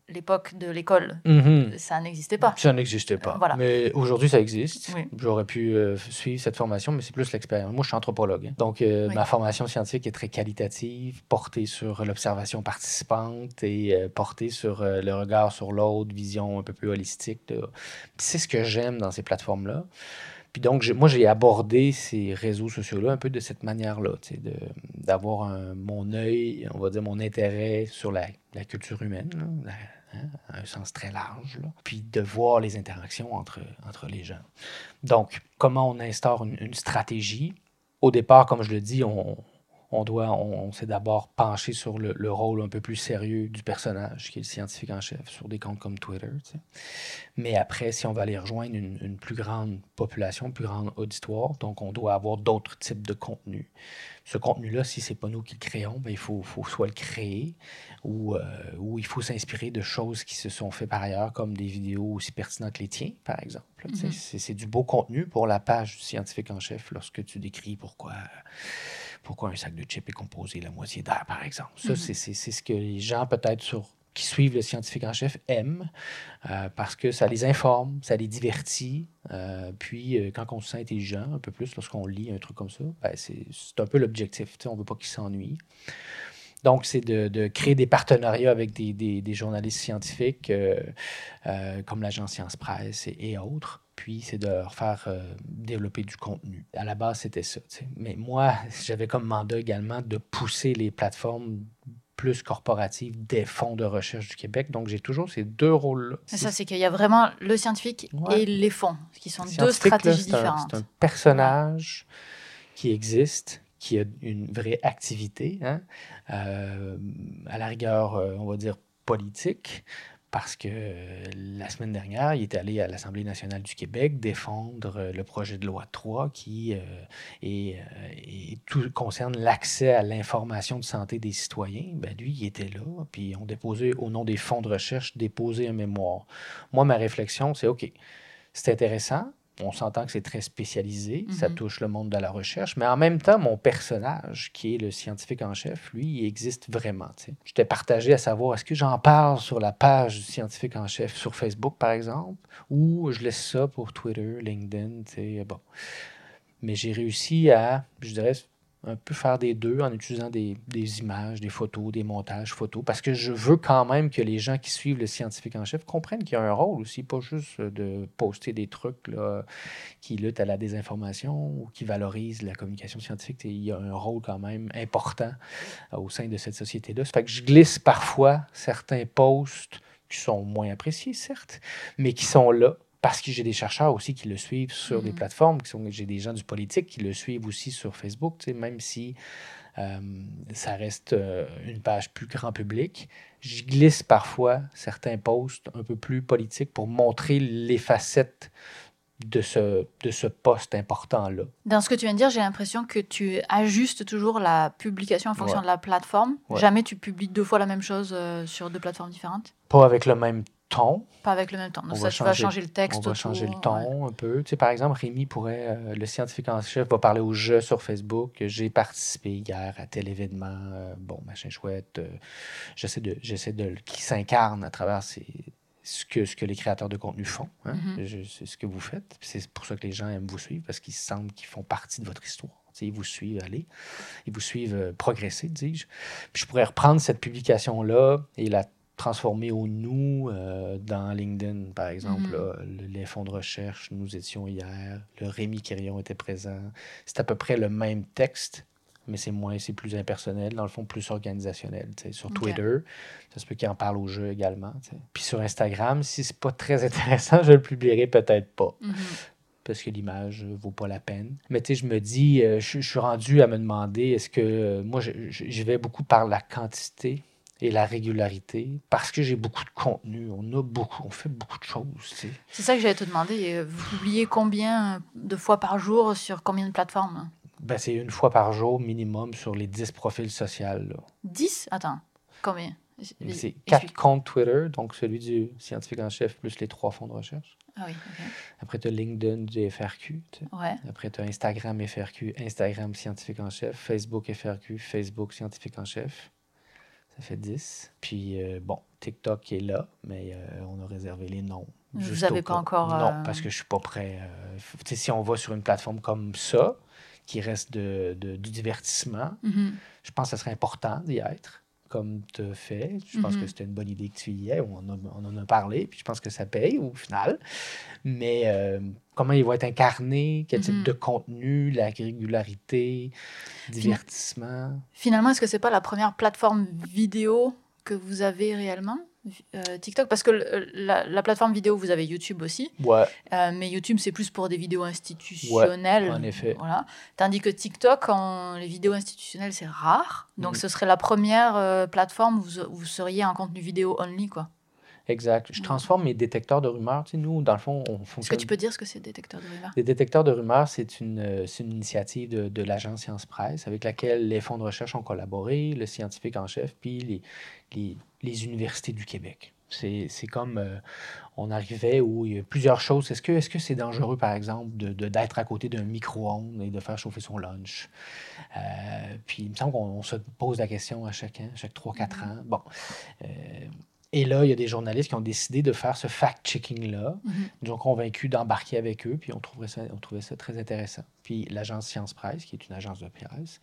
l'époque de l'école, mm-hmm. ça n'existait pas. Ça n'existait pas. Euh, voilà. Mais aujourd'hui, ça existe. Oui. J'aurais pu euh, suivre cette formation, mais c'est plus l'expérience. Moi, je suis anthropologue. Hein. Donc, euh, Oui. ma formation scientifique est très qualitative, portée sur l'observation participante et euh, portée sur euh, le regard sur l'autre, vision un peu plus holistique. Là. Puis c'est ce que j'aime dans ces plateformes-là. Puis donc, j'ai- moi, j'ai abordé ces réseaux sociaux-là un peu de cette manière-là, tu sais, de, d'avoir un- mon œil, on va dire mon intérêt sur la, la culture humaine, là, la- hein, à un sens très large, là, puis de voir les interactions entre, entre les gens. Donc, comment on instaure une, une stratégie? Au départ, comme je le dis, on, on doit, on, on s'est d'abord penché sur le, le rôle un peu plus sérieux du personnage, qui est le scientifique en chef, sur des comptes comme Twitter, tu sais. Mais après, si on va aller rejoindre une, une plus grande population, une plus grande auditoire, donc on doit avoir d'autres types de contenus. Ce contenu-là, si c'est pas nous qui le créons, ben, il faut, faut soit le créer ou, euh, ou il faut s'inspirer de choses qui se sont faites par ailleurs, comme des vidéos aussi pertinentes que les tiens, par exemple. Là, tu sais, Mhm. c'est, c'est du beau contenu pour la page du scientifique en chef lorsque tu décris pourquoi, pourquoi un sac de chips est composé la moitié d'air, par exemple. Ça, Mhm. c'est, c'est, c'est ce que les gens, peut-être, sur, qui suivent le scientifique en chef aiment. Euh, parce que ça les informe, ça les divertit. Euh, puis, euh, quand on se sent intelligent, un peu plus, lorsqu'on lit un truc comme ça, ben c'est, c'est un peu l'objectif. Tu sais, on ne veut pas qu'ils s'ennuient. Donc, c'est de, de créer des partenariats avec des, des, des journalistes scientifiques, euh, euh, comme l'agence Science Presse et, et autres. Puis, c'est de leur faire euh, développer du contenu. À la base, c'était ça. Tu sais. Mais moi, j'avais comme mandat également de pousser les plateformes plus corporatives des fonds de recherche du Québec. Donc, j'ai toujours ces deux rôles-là. Mais ça, c'est qu'il y a vraiment le scientifique Ouais. et les fonds, qui sont Le deux scientifique, là, stratégies c'est un, différentes. c'est un personnage qui existe, qui a une vraie activité, hein, euh, à la rigueur, euh, on va dire politique, parce que euh, la semaine dernière, il est allé à l'Assemblée nationale du Québec défendre euh, le projet de loi trois qui euh, est, euh, est tout, concerne l'accès à l'information de santé des citoyens. Ben, lui, il était là, puis on déposé, au nom des fonds de recherche, déposé un mémoire. Moi, ma réflexion, c'est OK, c'est intéressant. On s'entend que c'est très spécialisé, mm-hmm. ça touche le monde de la recherche, mais en même temps, mon personnage, qui est le scientifique en chef, lui, il existe vraiment. T'sais. J'étais partagé à savoir, est-ce que j'en parle sur la page du scientifique en chef sur Facebook, par exemple, ou je laisse ça pour Twitter, LinkedIn, t'sais, bon. Mais j'ai réussi à, je dirais, un peu faire des deux en utilisant des, des images, des photos, des montages photos, parce que je veux quand même que les gens qui suivent le scientifique en chef comprennent qu'il y a un rôle aussi, pas juste de poster des trucs là, qui luttent à la désinformation ou qui valorisent la communication scientifique. Il y a un rôle quand même important euh, au sein de cette société-là. Ça fait que je glisse parfois certains posts qui sont moins appréciés, certes, mais qui sont là. Parce que j'ai des chercheurs aussi qui le suivent sur mmh. des plateformes, qui sont, j'ai des gens du politique qui le suivent aussi sur Facebook, même si euh, ça reste euh, une page plus grand public. Je glisse parfois certains posts un peu plus politiques pour montrer les facettes de ce, de ce poste important-là. Dans ce que tu viens de dire, j'ai l'impression que tu ajustes toujours la publication en fonction ouais. de la plateforme. Ouais. Jamais tu publies deux fois la même chose euh, sur deux plateformes différentes. Pas avec le même ton. Pas avec le même ton. Donc ça, tu vas changer le texte. On va changer le ton ouais. un peu. Tu sais, par exemple, Rémi pourrait, euh, le scientifique en chef, va parler au jeu sur Facebook. J'ai participé hier à tel événement. Euh, bon, machin chouette. Euh, j'essaie de, j'essaie de, qui s'incarne à travers ces, ce que, ce que les créateurs de contenu font. Hein? Mm-hmm. Je, c'est ce que vous faites. C'est pour ça que les gens aiment vous suivre, parce qu'ils sentent qu'ils font partie de votre histoire. Tu sais, ils vous suivent aller. Ils vous suivent euh, progresser, dis-je. Puis je pourrais reprendre cette publication-là et la transformer au nous euh, dans LinkedIn, par exemple. Mm-hmm. Là, les fonds de recherche, nous étions hier, le Rémi Quirion était présent. C'est à peu près le même texte, mais c'est moins, c'est plus impersonnel, dans le fond, plus organisationnel. T'sais. Sur okay. Twitter, ça se peut qu'il en parle au jeu également. T'sais. Puis sur Instagram, si c'est pas très intéressant, je le publierai peut-être pas. Mm-hmm. Parce que l'image ne vaut pas la peine. Mais tu sais, je me dis, euh, je, je suis rendu à me demander, est-ce que... Euh, moi, je, je, j'y vais beaucoup par la quantité et la régularité, parce que j'ai beaucoup de contenu, on a beaucoup, on fait beaucoup de choses. T'sais. C'est ça que j'allais te demander. Vous publiez combien de fois par jour sur combien de plateformes? Ben, c'est une fois par jour minimum sur les dix profils sociaux. Là. dix? Attends, combien? C'est quatre comptes Twitter, donc celui du scientifique en chef plus les trois fonds de recherche. Ah oui, OK. Après, tu as LinkedIn du F R Q. Ouais. Après, tu as Instagram F R Q, Instagram scientifique en chef, Facebook F R Q, Facebook scientifique en chef. Ça fait dix. Puis, euh, bon, TikTok est là, mais euh, on a réservé les noms. Vous n'avez pas encore... Non, euh... parce que je suis pas prêt. Euh, tu sais, si on va sur une plateforme comme ça, qui reste de, de, du divertissement, mm-hmm. je pense que ce serait important d'y être, comme tu as fait. Je pense mm-hmm. que c'était une bonne idée que tu y aies. On, a, on en a parlé, puis je pense que ça paye au final. Mais euh, comment il va être incarné, quel mm-hmm. type de contenu, la régularité, divertissement. Finalement, est-ce que c'est pas la première plateforme vidéo que vous avez réellement, euh, TikTok? Parce que le, la, la plateforme vidéo, vous avez YouTube aussi. Ouais. Euh, mais YouTube, c'est plus pour des vidéos institutionnelles. Ouais, en effet. Voilà. Tandis que TikTok, en, les vidéos institutionnelles, c'est rare. Donc, mmh. ce serait la première euh, plateforme où vous, vous seriez en contenu vidéo only, quoi. Exact. Je transforme mes détecteurs de rumeurs. Tu sais, nous, dans le fond, on fonctionne... Est-ce que tu peux dire ce que c'est, détecteurs de rumeurs? Les détecteurs de rumeurs, c'est une, c'est une initiative de, de l'agence Science Presse avec laquelle les fonds de recherche ont collaboré, le scientifique en chef, puis les, les, les universités du Québec. C'est, c'est comme... Euh, on arrivait où il y a plusieurs choses. Est-ce que, est-ce que c'est dangereux, par exemple, de, de, d'être à côté d'un micro-ondes et de faire chauffer son lunch? Euh, puis il me semble qu'on se pose la question à chaque an, chaque trois quatre ans. Bon... Euh, Et là, il y a des journalistes qui ont décidé de faire ce fact-checking-là. Mm-hmm. Ils nous ont convaincus d'embarquer avec eux, puis on trouvait ça, on trouvait ça très intéressant. Puis l'agence Science Presse, qui est une agence de presse,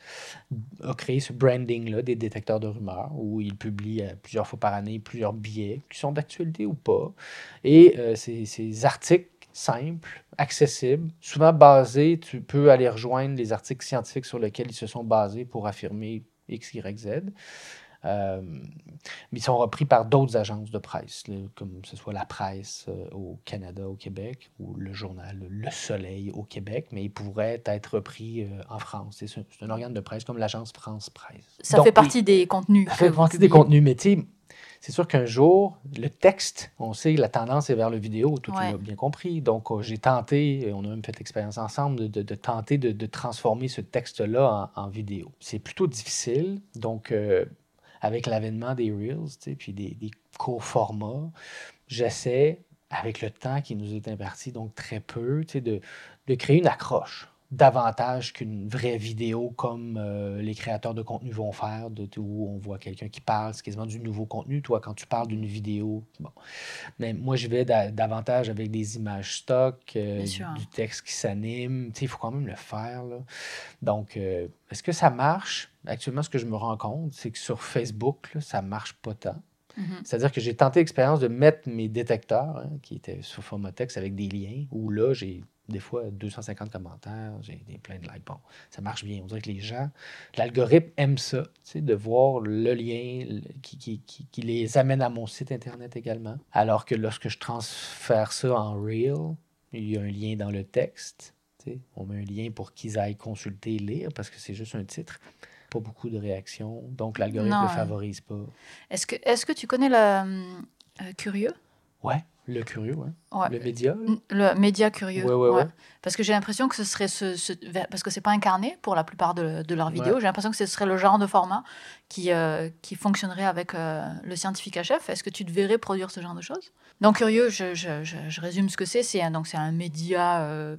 a créé ce branding-là des détecteurs de rumeurs, où ils publient euh, plusieurs fois par année plusieurs billets, qui sont d'actualité ou pas. Et euh, ces, ces articles simples, accessibles, souvent basés, tu peux aller rejoindre les articles scientifiques sur lesquels ils se sont basés pour affirmer X, Y, Z. Euh, mais ils sont repris par d'autres agences de presse, là, comme ce soit la presse euh, au Canada, au Québec, ou le journal Le Soleil au Québec, mais ils pourraient être repris euh, en France. C'est, c'est un organe de presse comme l'agence France Presse. Ça Donc, fait partie les, des contenus. Ça fait partie des contenus, mais tu sais, c'est sûr qu'un jour, le texte, on sait que la tendance est vers le vidéo, toi ouais. tu l'as bien compris. Donc, euh, j'ai tenté, on a même fait l'expérience ensemble, de, de, de tenter de, de transformer ce texte-là en, en vidéo. C'est plutôt difficile, donc... Euh, avec l'avènement des Reels, puis des, des courts formats, j'essaie, avec le temps qui nous est imparti, donc très peu, de, de créer une accroche, davantage qu'une vraie vidéo comme euh, les créateurs de contenu vont faire, de, de, où on voit quelqu'un qui parle, c'est quasiment du nouveau contenu. Toi, quand tu parles d'une vidéo, bon. Mais moi, je vais da- davantage avec des images stock, euh, du, du texte qui s'anime. Il faut quand même le faire, là. Donc, euh, est-ce que ça marche? Actuellement, ce que je me rends compte, c'est que sur Facebook, là, ça ne marche pas tant. Mm-hmm. C'est-à-dire que j'ai tenté l'expérience de mettre mes détecteurs, hein, qui étaient sur format texte avec des liens, où là, j'ai des fois deux cent cinquante commentaires, j'ai des, plein de likes. Bon, ça marche bien. On dirait que les gens, l'algorithme aime ça, tu sais, de voir le lien le, qui, qui, qui, qui les amène à mon site Internet également. Alors que lorsque je transfère ça en Reel, il y a un lien dans le texte. Tu sais, on met un lien pour qu'ils aillent consulter et lire, parce que c'est juste un titre. Pas beaucoup de réactions, donc l'algorithme ne le favorise pas. Est-ce que, est-ce que tu connais le euh, Curieux? Ouais, le Curieux, ouais. Ouais. Le média. Là. Le média Curieux. Ouais, ouais, ouais. ouais. Parce que j'ai l'impression que ce serait ce, ce parce que c'est pas incarné pour la plupart de, de leurs vidéos. Ouais. J'ai l'impression que ce serait le genre de format qui euh, qui fonctionnerait avec euh, le scientifique H F. Est-ce que tu te verrais produire ce genre de choses? Donc Curieux, je, je, je, je résume ce que c'est. C'est un, donc c'est un média euh,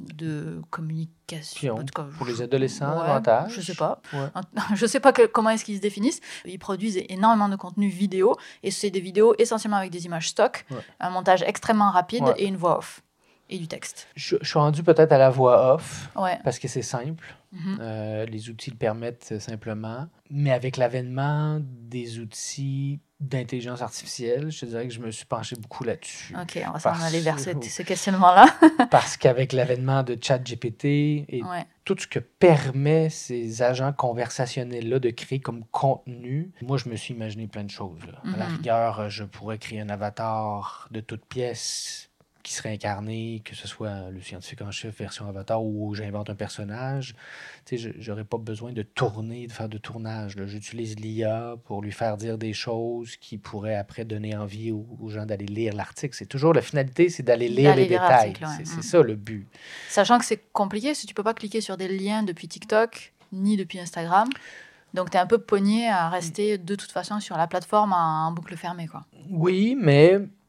de communication. En tout cas, pour les adolescents, ouais, davantage. Je sais pas. Ouais. Je sais pas que, comment est-ce qu'ils se définissent. Ils produisent énormément de contenu vidéo et c'est des vidéos essentiellement avec des images stock, ouais. un montage extrêmement rapide ouais. et une voix off. Et du texte. Je, je suis rendu peut-être à la voix off, ouais. parce que c'est simple. Mm-hmm. Euh, les outils le permettent simplement. Mais avec l'avènement des outils d'intelligence artificielle, je te dirais que je me suis penché beaucoup là-dessus. OK, on va s'en aller vers ce, ce questionnement-là. Parce qu'avec l'avènement de ChatGPT et ouais. tout ce que permet ces agents conversationnels-là de créer comme contenu, moi, je me suis imaginé plein de choses. Là. Mm-hmm. À la rigueur, je pourrais créer un avatar de toute pièce qui serait incarné, que ce soit le scientifique en chef version avatar ou j'invente un personnage. Tu sais, je n'aurais pas besoin de tourner, de faire de tournage. Là. J'utilise l'I A pour lui faire dire des choses qui pourraient après donner envie aux, aux gens d'aller lire l'article. C'est toujours la finalité, c'est d'aller lire d'aller les lire détails. Ouais. C'est, c'est mmh. ça le but. Sachant que c'est compliqué, si tu ne peux pas cliquer sur des liens depuis TikTok ni depuis Instagram. Donc, tu es un peu pogné à rester de toute façon sur la plateforme en boucle fermée, quoi. Oui, mais...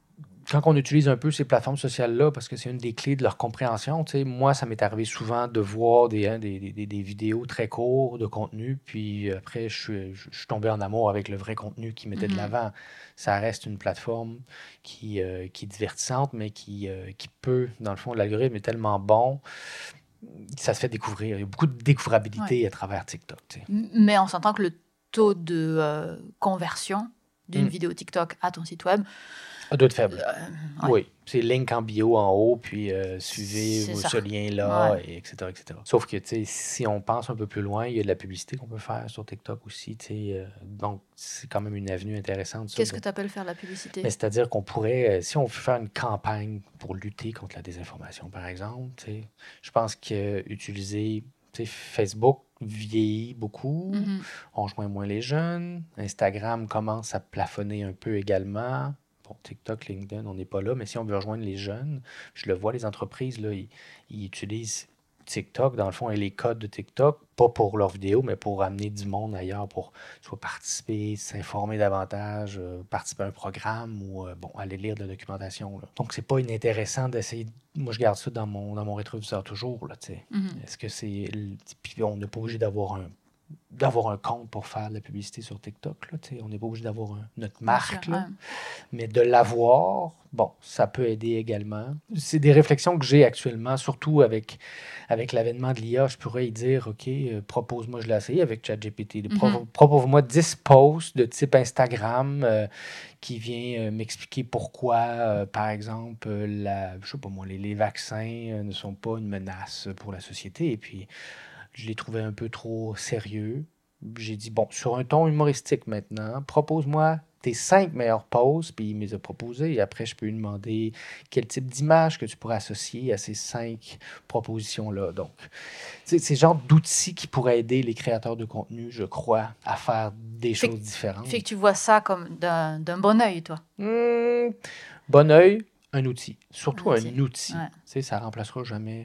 quand on utilise un peu ces plateformes sociales-là, parce que c'est une des clés de leur compréhension, tu sais, moi, ça m'est arrivé souvent de voir des, hein, des, des, des vidéos très courtes de contenu, puis après, je suis, je suis tombé en amour avec le vrai contenu qui mettait mm-hmm. de l'avant. Ça reste une plateforme qui, euh, qui est divertissante, mais qui, euh, qui peut, dans le fond, l'algorithme est tellement bon, ça se fait découvrir. Il y a beaucoup de découvrabilité ouais. à travers TikTok. Tu sais. Mais on s'entend que le taux de euh, conversion d'une mm. vidéo TikTok à ton site web doit être faible. Euh, ouais. Oui, c'est link en bio en haut, puis euh, suivez vos, ce lien-là, ouais. et etc., et cetera. Sauf que, tu sais, si on pense un peu plus loin, il y a de la publicité qu'on peut faire sur TikTok aussi, tu sais. Euh, donc, c'est quand même une avenue intéressante. Qu'est-ce que tu appelles faire de la publicité? Mais c'est-à-dire qu'on pourrait, euh, si on veut faire une campagne pour lutter contre la désinformation, par exemple, tu sais, je pense qu'utiliser, tu sais, Facebook vieillit beaucoup, mm-hmm. on joint moins les jeunes, Instagram commence à plafonner un peu également. TikTok, LinkedIn, on n'est pas là, mais si on veut rejoindre les jeunes, je le vois, les entreprises, là, ils, ils utilisent TikTok, dans le fond, et les codes de TikTok, pas pour leurs vidéos, mais pour amener du monde ailleurs, pour soit participer, s'informer davantage, euh, participer à un programme ou euh, bon, aller lire de la documentation. Là. Donc, c'est pas inintéressant d'essayer. Moi, je garde ça dans mon, dans mon rétroviseur toujours. Là, mm-hmm. Est-ce que c'est. Puis on n'est pas obligé d'avoir un d'avoir un compte pour faire de la publicité sur TikTok. Là, on n'est pas obligé d'avoir un, notre marque. Là. Mais de l'avoir, bon, ça peut aider également. C'est des réflexions que j'ai actuellement, surtout avec, avec l'avènement de l'I A. Je pourrais y dire, OK, euh, propose-moi, je l'ai essayé avec ChatGPT, mm-hmm. Pro- propose-moi dix posts de type Instagram euh, qui vient euh, m'expliquer pourquoi, euh, par exemple, euh, la, je sais pas moi, les, les vaccins euh, ne sont pas une menace pour la société. Et puis, je les trouvais un peu trop sérieux. J'ai dit, bon, sur un ton humoristique maintenant, propose-moi tes cinq meilleures posts, puis il me les a proposées. Et après, je peux lui demander quel type d'image que tu pourrais associer à ces cinq propositions-là. Donc, c'est ce genre d'outils qui pourraient aider les créateurs de contenu, je crois, à faire des fait choses que, différentes. Fait que tu vois ça comme d'un, d'un bon œil, toi? Mmh, bon œil, un outil. Surtout un outil. Un outil. Ouais. Tu sais, ça ne remplacera jamais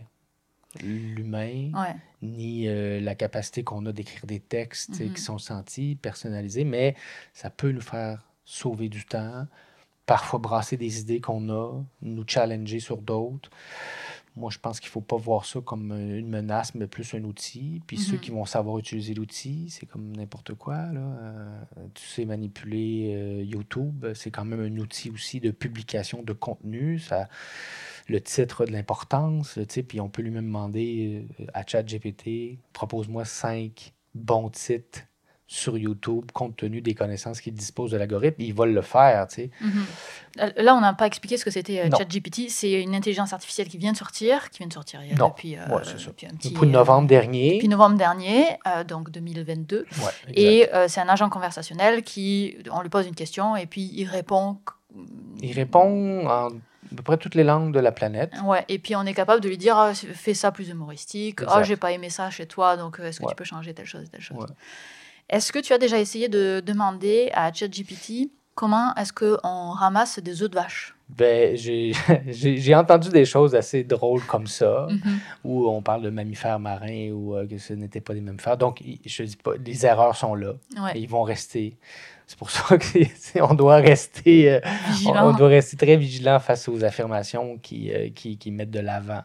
l'humain, ouais. ni euh, la capacité qu'on a d'écrire des textes mm-hmm. qui sont sentis, personnalisés, mais ça peut nous faire sauver du temps, parfois brasser des idées qu'on a, nous challenger sur d'autres. Moi, je pense qu'il ne faut pas voir ça comme une menace, mais plus un outil. Puis mm-hmm. ceux qui vont savoir utiliser l'outil, c'est comme n'importe quoi. Là. Euh, tu sais manipuler euh, YouTube, c'est quand même un outil aussi de publication de contenu. Ça... Le titre a de l'importance, tu sais, puis on peut lui-même demander euh, à ChatGPT, propose-moi cinq bons titres sur YouTube compte tenu des connaissances qu'il dispose de l'algorithme. Il va le faire, tu sais. Mm-hmm. Là, on n'a pas expliqué ce que c'était euh, ChatGPT. C'est une intelligence artificielle qui vient de sortir, qui vient de sortir il y a non. depuis, euh, ouais, c'est ça. depuis un petit... Depuis novembre euh, dernier. Depuis novembre dernier, euh, donc deux mille vingt-deux. Ouais, et euh, c'est un agent conversationnel qui, on lui pose une question et puis il répond... Il répond en... à peu près toutes les langues de la planète. Ouais, et puis on est capable de lui dire ah, fais ça plus humoristique, ah, oh, j'ai pas aimé ça chez toi, donc est-ce que ouais. tu peux changer telle chose, telle chose. Ouais. Est-ce que tu as déjà essayé de demander à ChatGPT comment est-ce qu'on ramasse des œufs de vache? Ben, j'ai, j'ai, j'ai entendu des choses assez drôles comme ça, mm-hmm. où on parle de mammifères marins ou euh, que ce n'était pas des mammifères. Donc, je ne dis pas, les erreurs sont là. Ouais. Et ils vont rester. C'est pour ça qu'on doit rester, euh, on, on doit rester très vigilant face aux affirmations qui, euh, qui, qui mettent de l'avant.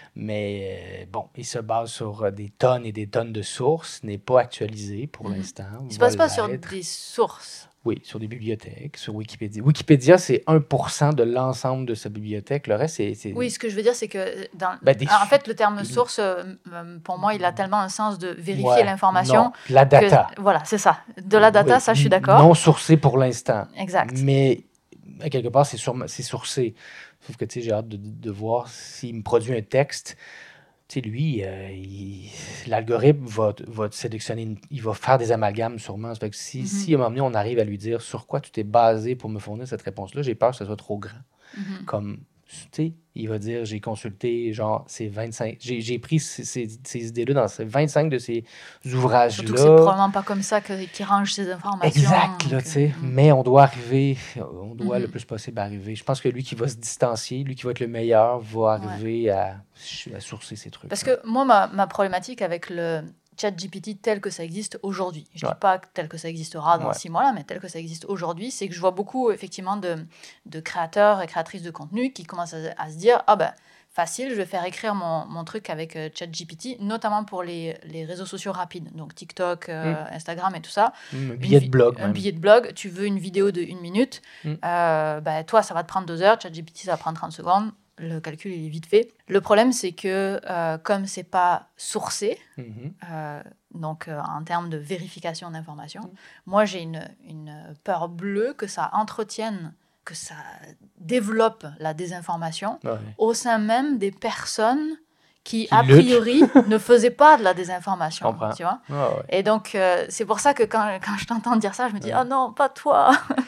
Mais euh, bon, il se base sur des tonnes et des tonnes de sources, n'est pas actualisé pour mmh. l'instant. Il ne se base pas sur des sources. Oui, sur des bibliothèques, sur Wikipédia. Wikipédia, c'est un pour cent de l'ensemble de sa bibliothèque. Le reste, c'est... c'est... Oui, ce que je veux dire, c'est que... Dans... Ben, des... En fait, le terme source, euh, pour moi, il a tellement un sens de vérifier ouais, l'information. Non, la data. Que... Voilà, c'est ça. De la data, oui, ça, je suis d'accord. Non sourcé pour l'instant. Exact. Mais, à quelque part, c'est, sur... c'est sourcé. Sauf que, tu sais, j'ai hâte de, de voir s'il me produit un texte... Tu sais, lui, euh, il, l'algorithme va, va sélectionner, une, il va faire des amalgames sûrement. Ça fait que si, mm-hmm. si à un moment donné, on arrive à lui dire sur quoi tu t'es basé pour me fournir cette réponse-là, j'ai peur que ce soit trop grand. Mm-hmm. Comme, tu sais, il va dire, j'ai consulté, genre, ces vingt-cinq... J'ai, j'ai pris ces, ces, ces idées-là dans ces vingt-cinq de ces ouvrages-là. Surtout que c'est probablement pas comme ça que, qu'il range ces informations. Exact, là, que... tu sais. Mm-hmm. Mais on doit arriver, on doit mm-hmm. le plus possible arriver. Je pense que lui qui va se distancier, lui qui va être le meilleur, va arriver ouais. à, à sourcer ces trucs. Parce que moi, ma, ma problématique avec le ChatGPT tel que ça existe aujourd'hui. Je ne Ouais. dis pas tel que ça existera dans Ouais. six mois, là, mais tel que ça existe aujourd'hui, c'est que je vois beaucoup, effectivement, de, de créateurs et créatrices de contenu qui commencent à, à se dire « Ah ben, facile, je vais faire écrire mon, mon truc avec euh, ChatGPT, notamment pour les, les réseaux sociaux rapides, donc TikTok, euh, Mm. Instagram et tout ça. Mm, un Une billet de vi- blog, Un même. billet de blog, tu veux une vidéo de une minute, Mm. euh, ben, toi, ça va te prendre deux heures, ChatGPT, ça va prendre trente secondes. Le calcul, il est vite fait. Le problème, c'est que euh, comme c'est pas sourcé, Mhm. euh, donc euh, en termes de vérification d'informations, Mm. moi, j'ai une, une peur bleue que ça entretienne, que ça développe la désinformation Ouais. au sein même des personnes qui, Qui a luttent. priori, ne faisaient pas de la désinformation. Je comprends. Tu vois? Ouais, ouais. Et donc, euh, c'est pour ça que quand, quand je t'entends dire ça, je me dis, Ouais. ah non, pas toi.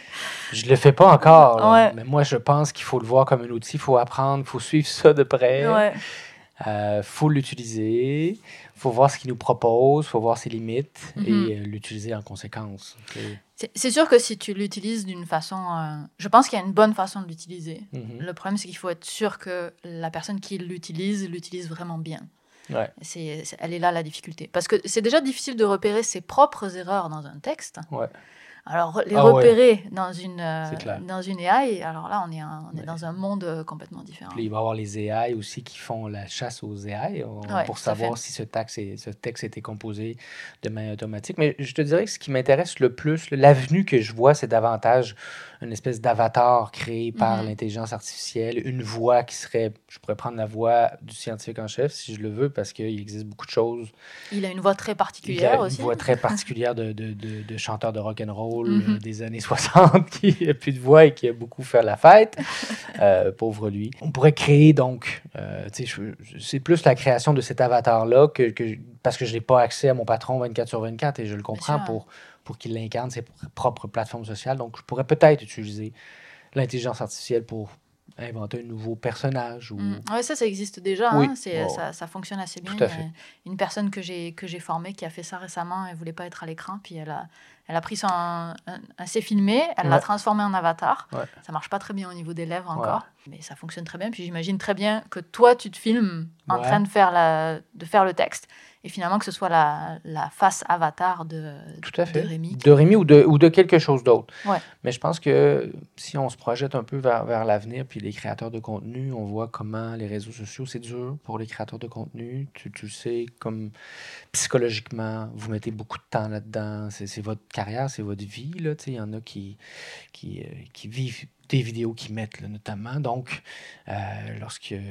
Je le fais pas encore, là, Ouais. mais moi, je pense qu'il faut le voir comme un outil. Il faut apprendre, il faut suivre ça de près. Ouais. Il euh, faut l'utiliser. Il faut voir ce qu'il nous propose. Il faut voir ses limites Mhm. et euh, l'utiliser en conséquence. Ok. C'est, c'est sûr que si tu l'utilises d'une façon... euh, je pense qu'il y a une bonne façon de l'utiliser. Mhm. Le problème, c'est qu'il faut être sûr que la personne qui l'utilise, l'utilise vraiment bien. Ouais. C'est, c'est- elle est là la difficulté. Parce que c'est déjà difficile de repérer ses propres erreurs dans un texte. Ouais. Alors, les Ah ouais. repérer dans, une, euh, C'est clair. dans une A I, alors là, on est, un- on est Ouais. dans un monde euh, complètement différent. Puis, il va y avoir les A I aussi qui font la chasse aux A I on- Ouais, pour tout à savoir fait. si ce texte, est, ce texte était composé de manière automatique. Mais je te dirais que ce qui m'intéresse le plus, là, l'avenue que je vois, c'est davantage une espèce d'avatar créé par Mhm. l'intelligence artificielle, une voix qui serait, je pourrais prendre la voix du scientifique en chef si je le veux, parce qu'il existe beaucoup de choses. Il a une voix très Il particulière a une aussi. voix très particulière de, de, de, de chanteur de rock'n'roll Mhm. euh, des années soixante qui n'a plus de voix et qui a beaucoup fait la fête. Euh, pauvre lui. On pourrait créer donc, euh, tu sais, je- c'est plus la création de cet avatar-là que, que- parce que je n'ai pas accès à mon patron vingt-quatre sur vingt-quatre et je le comprends sûr. pour, pour qu'il l'incarne ses pr- propres plateformes sociales. Donc, je pourrais peut-être utiliser l'intelligence artificielle pour inventer un nouveau personnage ou... Mm. Ouais, ça, ça existe déjà. Oui. Hein. C'est, Ouais, ça, ça fonctionne assez bien. Tout à Il y a fait. une personne que j'ai, que j'ai formée qui a fait ça récemment. Elle voulait pas être à l'écran. Puis elle a, elle a pris son... Un, un- s'est filmé. Elle l'a Ouais. transformé en avatar. Ouais. Ça marche pas très bien au niveau des lèvres Ouais. encore. Mais ça fonctionne très bien. Puis j'imagine très bien que toi, tu te filmes en Ouais. train de faire, la, de faire le texte. Et finalement, que ce soit la, la face avatar de, Tout à fait. de Rémi. De Rémi ou de, ou de quelque chose d'autre. Ouais. Mais je pense que si on se projette un peu vers, vers l'avenir, puis les créateurs de contenu, on voit comment les réseaux sociaux, c'est dur pour les créateurs de contenu. Tu, tu le sais, comme psychologiquement, vous mettez beaucoup de temps là-dedans. C'est, c'est votre carrière, c'est votre vie. Là, tu sais, il y en a qui, qui, euh, qui vivent des vidéos qu'ils mettent, là, notamment. Donc, euh, lorsque... euh,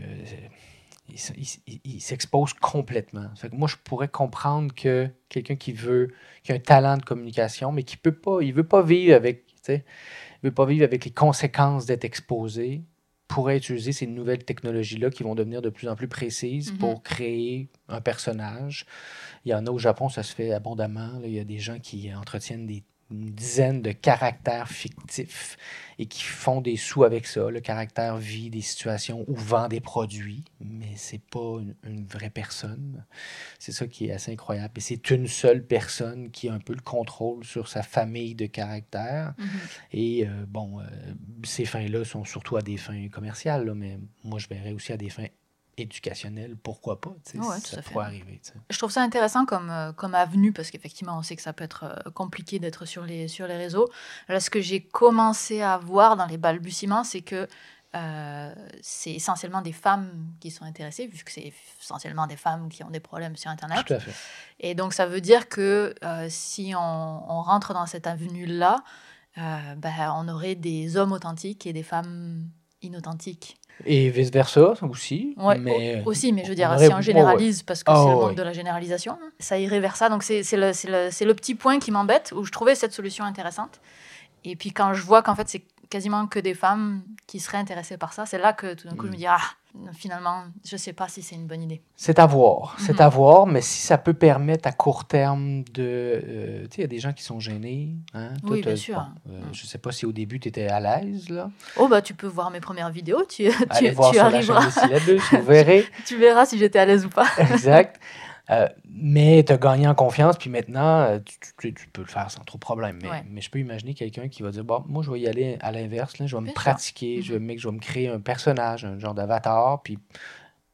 il, s- il s- il- il s'expose complètement. Fait que moi, je pourrais comprendre que quelqu'un qui veut, qui a un talent de communication, mais qui peut pas, il veut pas vivre avec, tu sais, il veut pas vivre avec les conséquences d'être exposé, pourrait utiliser ces nouvelles technologies-là qui vont devenir de plus en plus précises Mhm. pour créer un personnage. Il y en a au Japon, ça se fait abondamment. Là. Il y a des gens qui entretiennent des une dizaine de caractères fictifs et qui font des sous avec ça. Le caractère vit des situations ou vend des produits, mais c'est pas une, une vraie personne. C'est ça qui est assez incroyable. Et c'est une seule personne qui a un peu le contrôle sur sa famille de caractères. Mhm. Et euh, bon, euh, ces fins-là sont surtout à des fins commerciales, là, mais moi, je verrais aussi à des fins éducationnelles. Pourquoi pas? tu sais, Ouais, si tout ça à fait. pourrait arriver. tu sais. Je trouve ça intéressant comme, euh, comme avenue parce qu'effectivement, on sait que ça peut être euh, compliqué d'être sur les, sur les réseaux. Là, ce que j'ai commencé à voir dans les balbutiements, c'est que euh, c'est essentiellement des femmes qui sont intéressées, vu que c'est essentiellement des femmes qui ont des problèmes sur Internet. Tout à fait. Et donc, ça veut dire que euh, si on, on rentre dans cette avenue-là, euh, ben, on aurait des hommes authentiques et des femmes inauthentiques. Et vice-versa aussi. Ouais, mais au- aussi, mais je veux on dire, aurait- si on généralise, parce que Ah, c'est le ouais, monde ouais. de la généralisation, hein, ça irait vers ça. Donc, c'est c'est le, c'est le, c'est le petit point qui m'embête, où je trouvais cette solution intéressante. Et puis, quand je vois qu'en fait, c'est quasiment que des femmes qui seraient intéressées par ça, c'est là que tout d'un coup, je me dis, ah, finalement, je sais pas si c'est une bonne idée. C'est à voir. C'est Mhm. à voir, mais si ça peut permettre à court terme de... euh, tu sais, il y a des gens qui sont gênés. Hein? Oui, t'as- bien sûr. bon, euh, Mhm. je sais pas si au début, tu étais à l'aise, là. Oh, bah, tu peux voir mes premières vidéos, tu, Allez tu, voir tu sur arriveras, la chaîne de Syllabus, vous verrez. tu verras si j'étais à l'aise ou pas. Exact. Euh, mais tu as gagné en confiance, puis maintenant, euh, tu, tu- tu peux le faire sans trop de problème. Mais, Ouais. mais je peux imaginer quelqu'un qui va dire, bon, moi, je vais y aller à l'inverse, là, je vais me Bien sûr. pratiquer, je, vais, Mhm. me- je vais me créer un personnage, un genre d'avatar, puis,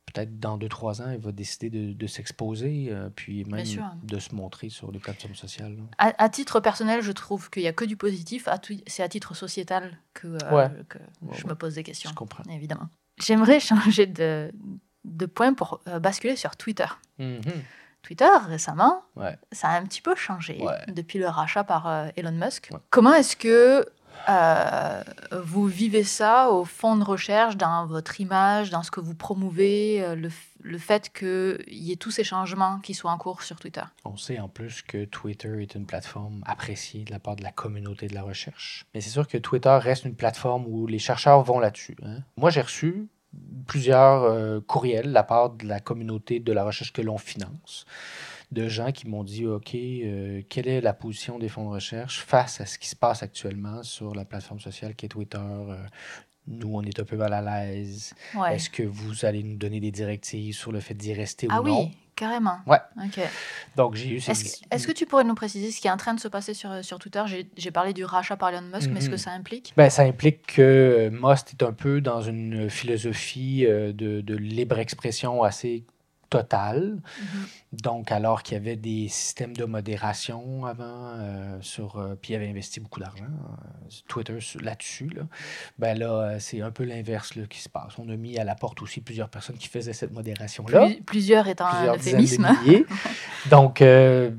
peut-être dans deux trois ans, il va décider de, de s'exposer, euh, puis Bien même sûr. de se montrer sur les plateformes sociales. là. À, à titre personnel, je trouve qu'il n'y a que du positif. À tout- c'est à titre sociétal que, euh, Ouais. que Ouais, je ouais. me pose des questions, Je comprends. évidemment. J'aimerais changer de, de point pour euh, basculer sur Twitter. Mhm. Twitter, récemment, Ouais. ça a un petit peu changé Ouais. depuis le rachat par euh, Elon Musk. Ouais. Comment est-ce que euh, vous vivez ça au fond de recherche, dans votre image, dans ce que vous promouvez, euh, le, f- le fait qu'il y ait tous ces changements qui soient en cours sur Twitter? On sait en plus que Twitter est une plateforme appréciée de la part de la communauté de la recherche. Mais c'est sûr que Twitter reste une plateforme où les chercheurs vont là-dessus. hein. Moi, j'ai reçu plusieurs euh, courriels de la part de la communauté de la recherche que l'on finance, de gens qui m'ont dit, OK, euh, quelle est la position des fonds de recherche face à ce qui se passe actuellement sur la plateforme sociale qui est Twitter? Euh, nous, on est un peu mal à l'aise. Ouais. Est-ce que vous allez nous donner des directives sur le fait d'y rester Ah ou non? oui, carrément. Ouais. Ok. Donc, j'ai eu ces... Est-ce que, est-ce que tu pourrais nous préciser ce qui est en train de se passer sur, sur Twitter? J'ai, j'ai parlé du rachat par Elon Musk, mais ce que Mhm. ça implique? Ben, ça implique que Most est un peu dans une philosophie euh, de, de libre expression assez totale. Mhm. Donc, alors qu'il y avait des systèmes de modération avant, euh, sur, euh, puis il avait investi beaucoup d'argent, euh, sur Twitter sur- là-dessus, là, ben là, euh, c'est un peu l'inverse là, qui se passe. On a mis à la porte aussi plusieurs personnes qui faisaient cette modération-là, Plus- plusieurs étant plusieurs un dizaines de euphémisme. milliers. Donc, euh,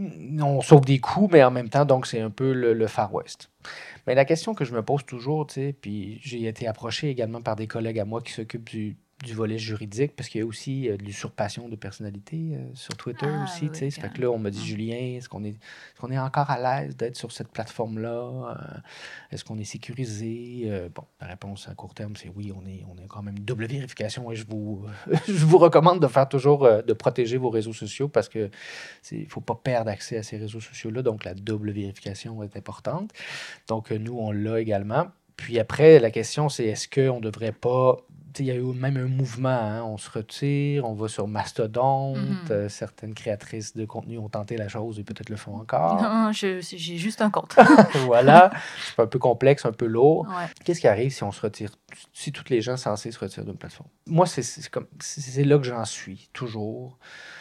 on sauve des coûts, mais en même temps, donc c'est un peu le, le Far West. Mais la question que je me pose toujours, tu sais, puis j'ai été approché également par des collègues à moi qui s'occupent du, du volet juridique, parce qu'il y a aussi euh, de l'usurpation de personnalité euh, sur Twitter Ah, aussi, oui, tu sais. oui, Ça fait que là, on m'a dit, Mm. Julien, est-ce qu'on est, est-ce qu'on est encore à l'aise d'être sur cette plateforme-là? Euh, est-ce qu'on est sécurisé? Euh, bon, la réponse à court terme, c'est oui, on est, on est quand même double vérification et je vous, je vous recommande de faire toujours, euh, de protéger vos réseaux sociaux parce que il ne faut pas perdre accès à ces réseaux sociaux-là, donc la double vérification est importante. Donc, euh, nous, on l'a également. Puis après, la question, c'est est-ce qu'on ne devrait pas... Tu sais, il y a eu même un mouvement, hein, on se retire, on va sur Mastodonte. Mhm. euh, certaines créatrices de contenu ont tenté la chose et peut-être le font encore. Non, je- c'est- j'ai juste un compte. Voilà, c'est un peu complexe, un peu lourd. Ouais. Qu'est-ce qui arrive si on se retire, si toutes les gens censés se retirent d'une plateforme? Moi, c'est c'est comme c'est c'est là que j'en suis, toujours.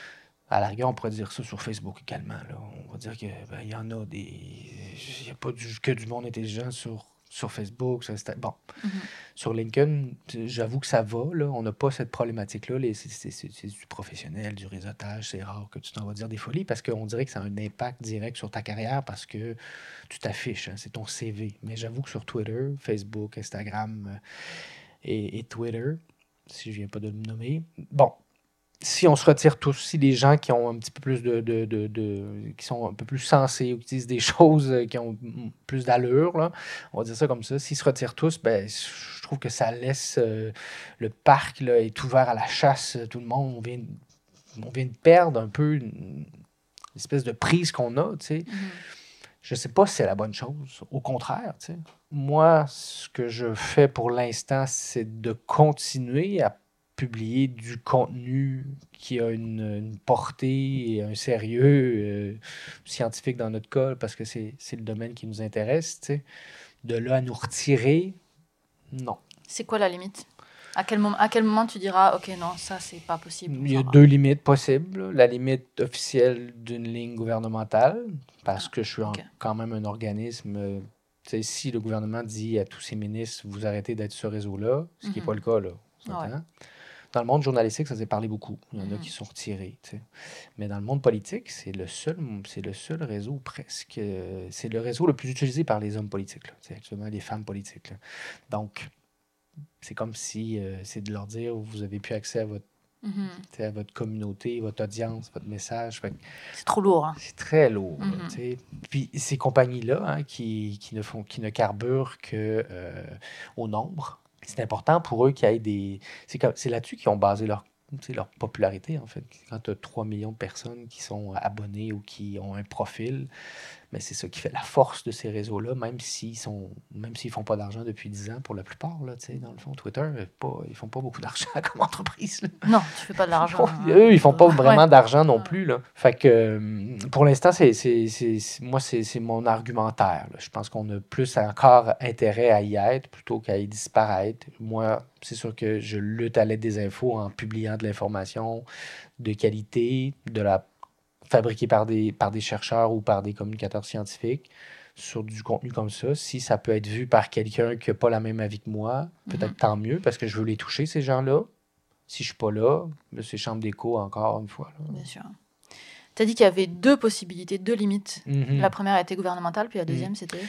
À la rigueur, on pourrait dire ça sur Facebook également. Là. On va dire qu'il ben, y en a des. Il n'y a pas du- que du monde intelligent sur, sur Facebook, sur Insta- Bon. Mhm. Sur LinkedIn, t- j'avoue que ça va. Là. On n'a pas cette problématique-là. Les- C'est c'est- c'est- c'est du professionnel, du réseautage. C'est rare que tu t'en vas dire des folies parce qu'on dirait que ça a un impact direct sur ta carrière parce que tu t'affiches. hein, c'est ton C V. Mais j'avoue que sur Twitter, Facebook, Instagram euh, et, et Twitter, si je viens pas de le nommer, bon, si on se retire tous, si les gens qui ont un petit peu plus de, de, de, de- qui sont un peu plus sensés ou qui disent des choses euh, qui ont mm, plus d'allure, là, on va dire ça comme ça, s'ils se retirent tous, ben, je trouve que ça laisse euh, le parc là, est ouvert à la chasse, tout le monde, on vient, on vient de perdre un peu une, une espèce de prise qu'on a, tu sais. Mhm. Je sais pas si c'est la bonne chose. Au contraire, tu sais. Moi, ce que je fais pour l'instant, c'est de continuer à publier du contenu qui a une, une portée et un sérieux euh, scientifique dans notre cas, parce que c'est c'est le domaine qui nous intéresse, tu sais. De là à nous retirer, non. C'est quoi la limite? À quel moment, à quel moment tu diras, ok, non, ça, c'est pas possible. Il y a ça va. deux limites possibles. La limite officielle d'une ligne gouvernementale, parce que je suis en- ok. quand même un organisme. euh, tu sais, si le gouvernement dit à tous ses ministres, vous arrêtez d'être sur ce réseau-là, ce qui n'est Mhm. pas le cas, là. on Ouais. s'entend. Dans le monde journalistique, ça s'est parlé beaucoup. Il y en a Mhm. qui sont retirés. tu sais. Mais dans le monde politique, c'est le seul, c'est le seul réseau presque. euh, C'est le réseau le plus utilisé par les hommes politiques, là. C'est actuellement les femmes politiques. là. Donc, c'est comme si euh, c'est de leur dire vous avez plus accès à votre, Mhm. tu sais, à votre communauté, votre audience, votre message. Fait que C'est trop lourd. hein. c'est très lourd. là, Mhm. tu sais. Puis ces compagnies-là hein, qui, qui ne font qui ne carburent que euh, au nombre, c'est important pour eux qu'il y ait des. C'est comme- c'est là-dessus qu'ils ont basé leur, tu sais, leur popularité, en fait. Quand tu as trois millions de personnes qui sont abonnées ou qui ont un profil, Mais c'est ça qui fait la force de ces réseaux-là, même s'ils sont, même s'ils font pas d'argent depuis dix ans pour la plupart, là, tu sais, dans le fond, Twitter, pas, ils font pas beaucoup d'argent comme entreprise. Là. Non, tu fais pas de l'argent. Ils font, eux, ils font pas vraiment ouais. d'argent non plus. Là. Fait que euh, pour l'instant, c'est, c'est, c'est, c'est- moi, c'est, c'est mon argumentaire. Là. Je pense qu'on a plus encore intérêt à y être plutôt qu'à y disparaître. Moi, c'est sûr que je lutte à l'aide des infos en publiant de l'information de qualité, de la fabriquée par des, par des chercheurs ou par des communicateurs scientifiques sur du contenu comme ça. Si ça peut être vu par quelqu'un qui n'a pas la même avis que moi, peut-être Mhm. tant mieux, parce que je veux les toucher, ces gens-là. Si je suis pas là, là, c'est chambre d'écho encore une fois. Là. Bien sûr. Tu as dit qu'il y avait deux possibilités, deux limites. Mhm. La première était gouvernementale, puis la deuxième, Mhm. c'était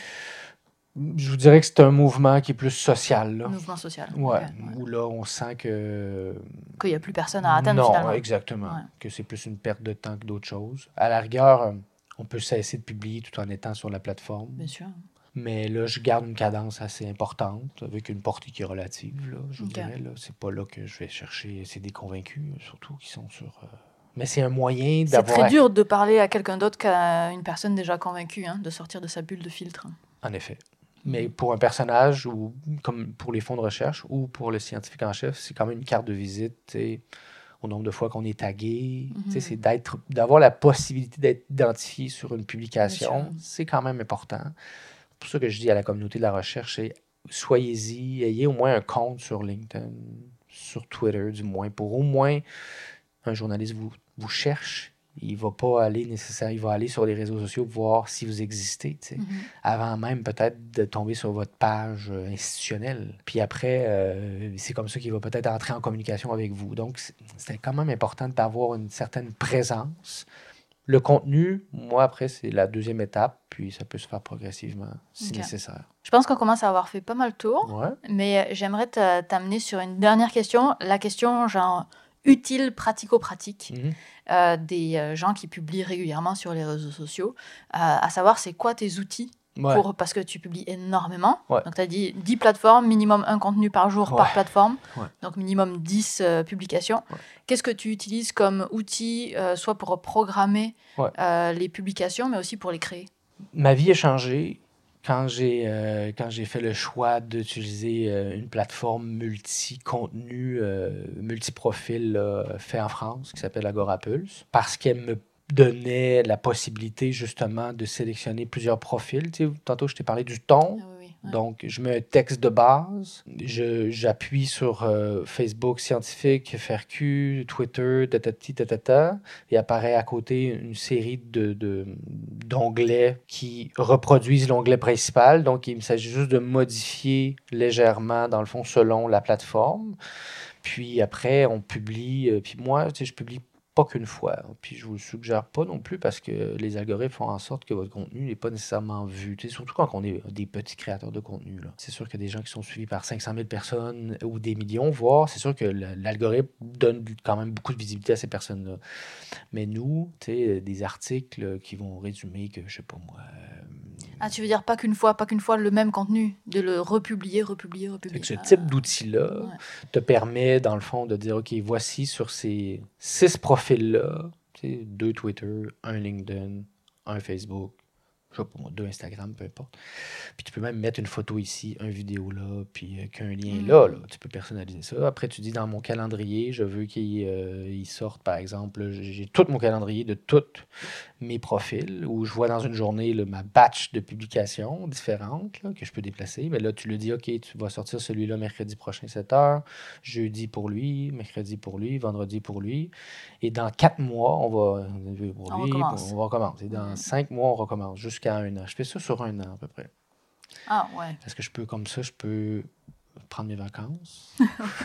Je vous dirais que c'est un mouvement qui est plus social. Là. mouvement social. Ouais, Ok, ouais. où là, on sent que... Qu'il n'y a plus personne à atteindre non, finalement. exactement. Ouais. Que c'est plus une perte de temps que d'autres choses. À la rigueur, euh, on peut cesser de publier tout en étant sur la plateforme. Bien sûr. Mais là, je garde une cadence assez importante, avec une portée qui est relative, là, je vous Ok. dirais. Là. C'est pas là que je vais chercher, c'est des convaincus, surtout, qui sont sur... euh, Mais c'est un moyen C'est d'avoir... très dur de parler à quelqu'un d'autre qu'à une personne déjà convaincue, hein, de sortir de sa bulle de filtre. En effet. Mais pour un personnage, ou comme pour les fonds de recherche, ou pour le scientifique en chef, c'est quand même une carte de visite, tu sais, au nombre de fois qu'on est tagué. Mhm. Tu sais, c'est d'être, d'avoir la possibilité d'être identifié sur une publication. Bien sûr. C'est quand même important. C'est pour ça que je dis à la communauté de la recherche, c'est soyez-y, ayez au moins un compte sur LinkedIn, sur Twitter du moins, pour au moins un journaliste vous, vous cherche. Il va pas aller nécessairement, il va aller sur les réseaux sociaux voir si vous existez, tu sais, Mhm. avant même peut-être de tomber sur votre page euh, institutionnelle. Puis après, euh, c'est comme ça qu'il va peut-être entrer en communication avec vous. Donc, c'est- c'est quand même important d'avoir une certaine présence. Le contenu, moi, après, c'est la deuxième étape, puis ça peut se faire progressivement si Ok. nécessaire. Je pense qu'on commence à avoir fait pas mal le tour, Ouais. mais j'aimerais t'a- t'amener sur une dernière question. La question, genre, utile, pratico-pratique, Mhm. euh, des euh, gens qui publient régulièrement sur les réseaux sociaux, euh, à savoir, c'est quoi tes outils Ouais. pour, parce que tu publies énormément. Ouais. Donc, tu as dit dix plateformes, minimum un contenu par jour Ouais. par plateforme. Ouais. Donc, minimum dix euh, publications. Ouais. Qu'est-ce que tu utilises comme outil, euh, soit pour programmer Ouais. euh, les publications, mais aussi pour les créer? Ma vie a changé quand j'ai euh, quand j'ai fait le choix d'utiliser euh, une plateforme multi-contenu, euh, multi-profil là, fait en France, qui s'appelle Agorapulse, parce qu'elle me donnait la possibilité justement de sélectionner plusieurs profils. Tu sais, tantôt, je t'ai parlé du ton. Ah oui, oui. Ouais. Donc, je mets un texte de base, je, j'appuie sur euh, Facebook scientifique, F R Q, Twitter, tatati, tatata, et apparaît à côté une série de, de- d'onglets qui reproduisent l'onglet principal. Donc, il s'agit juste de modifier légèrement, dans le fond, selon la plateforme. Puis après, on publie, euh, puis moi, tu sais, je publie pas qu'une fois. Puis je vous le suggère pas non plus parce que les algorithmes font en sorte que votre contenu n'est pas nécessairement vu. Tu sais, surtout quand on est des petits créateurs de contenu. Là. C'est sûr que des gens qui sont suivis par cinq cent mille personnes ou des millions, voire, c'est sûr que le- l'algorithme donne quand même beaucoup de visibilité à ces personnes-là. Mais nous, tu sais, des articles qui vont résumer que, je sais pas moi, euh, Ah, tu veux dire pas qu'une fois, pas qu'une fois le même contenu, de le republier, republier, fait republier. que ce Ah, type d'outil-là ouais. te permet, dans le fond, de dire, OK, voici sur ces six profils-là, tu sais, deux Twitter, un LinkedIn, un Facebook, je sais pas moi, deux Instagram, peu importe. Puis tu peux même mettre une photo ici, une vidéo là, puis euh, qu'un lien Mm. là, là. Tu peux personnaliser ça. Après, tu dis dans mon calendrier, je veux qu'il euh, il sorte, par exemple, là, j'ai j'ai tout mon calendrier de tous mes profils où je vois dans une journée là, ma batch de publications différentes là, que je peux déplacer. Mais là, tu le dis, OK, tu vas sortir celui-là mercredi prochain, sept heures, jeudi pour lui, mercredi pour lui, vendredi pour lui. Et dans quatre mois, on va pour On lui, recommence. on va recommencer. Dans Mm. cinq mois, on recommence jusqu'à un an. Je fais ça sur un an à peu près. Ah, ouais. Parce que je peux, comme ça, je peux prendre mes vacances.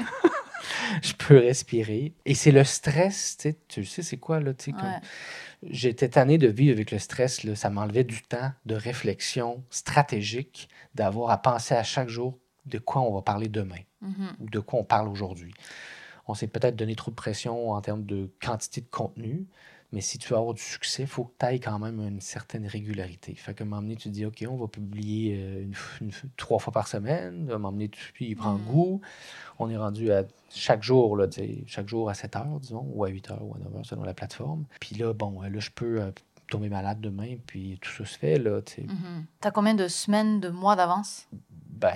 Je peux respirer. Et c'est le stress, tu sais, tu sais, c'est quoi, là, tu sais, comme... Ouais. J'étais tanné de vivre avec le stress, là. Ça m'enlevait du temps de réflexion stratégique, d'avoir à penser à chaque jour de quoi on va parler demain Mhm. ou de quoi on parle aujourd'hui. On s'est peut-être donné trop de pression en termes de quantité de contenu, mais si tu veux avoir du succès, il faut que tu ailles quand même une certaine régularité. Fait qu'à un moment donné, tu te dis, OK, on va publier euh, une, f- une f- trois fois par semaine. À un moment donné, tu puis il prend Mm. goût. On est rendu à chaque jour, là, tu sais, chaque jour à sept heures, disons, ou à huit heures ou à neuf heures selon la plateforme. Puis là, bon, là, je peux euh, tomber malade demain, puis tout ça se fait, là, tu sais. Mm-hmm. T'as combien de semaines, de mois d'avance? Ben,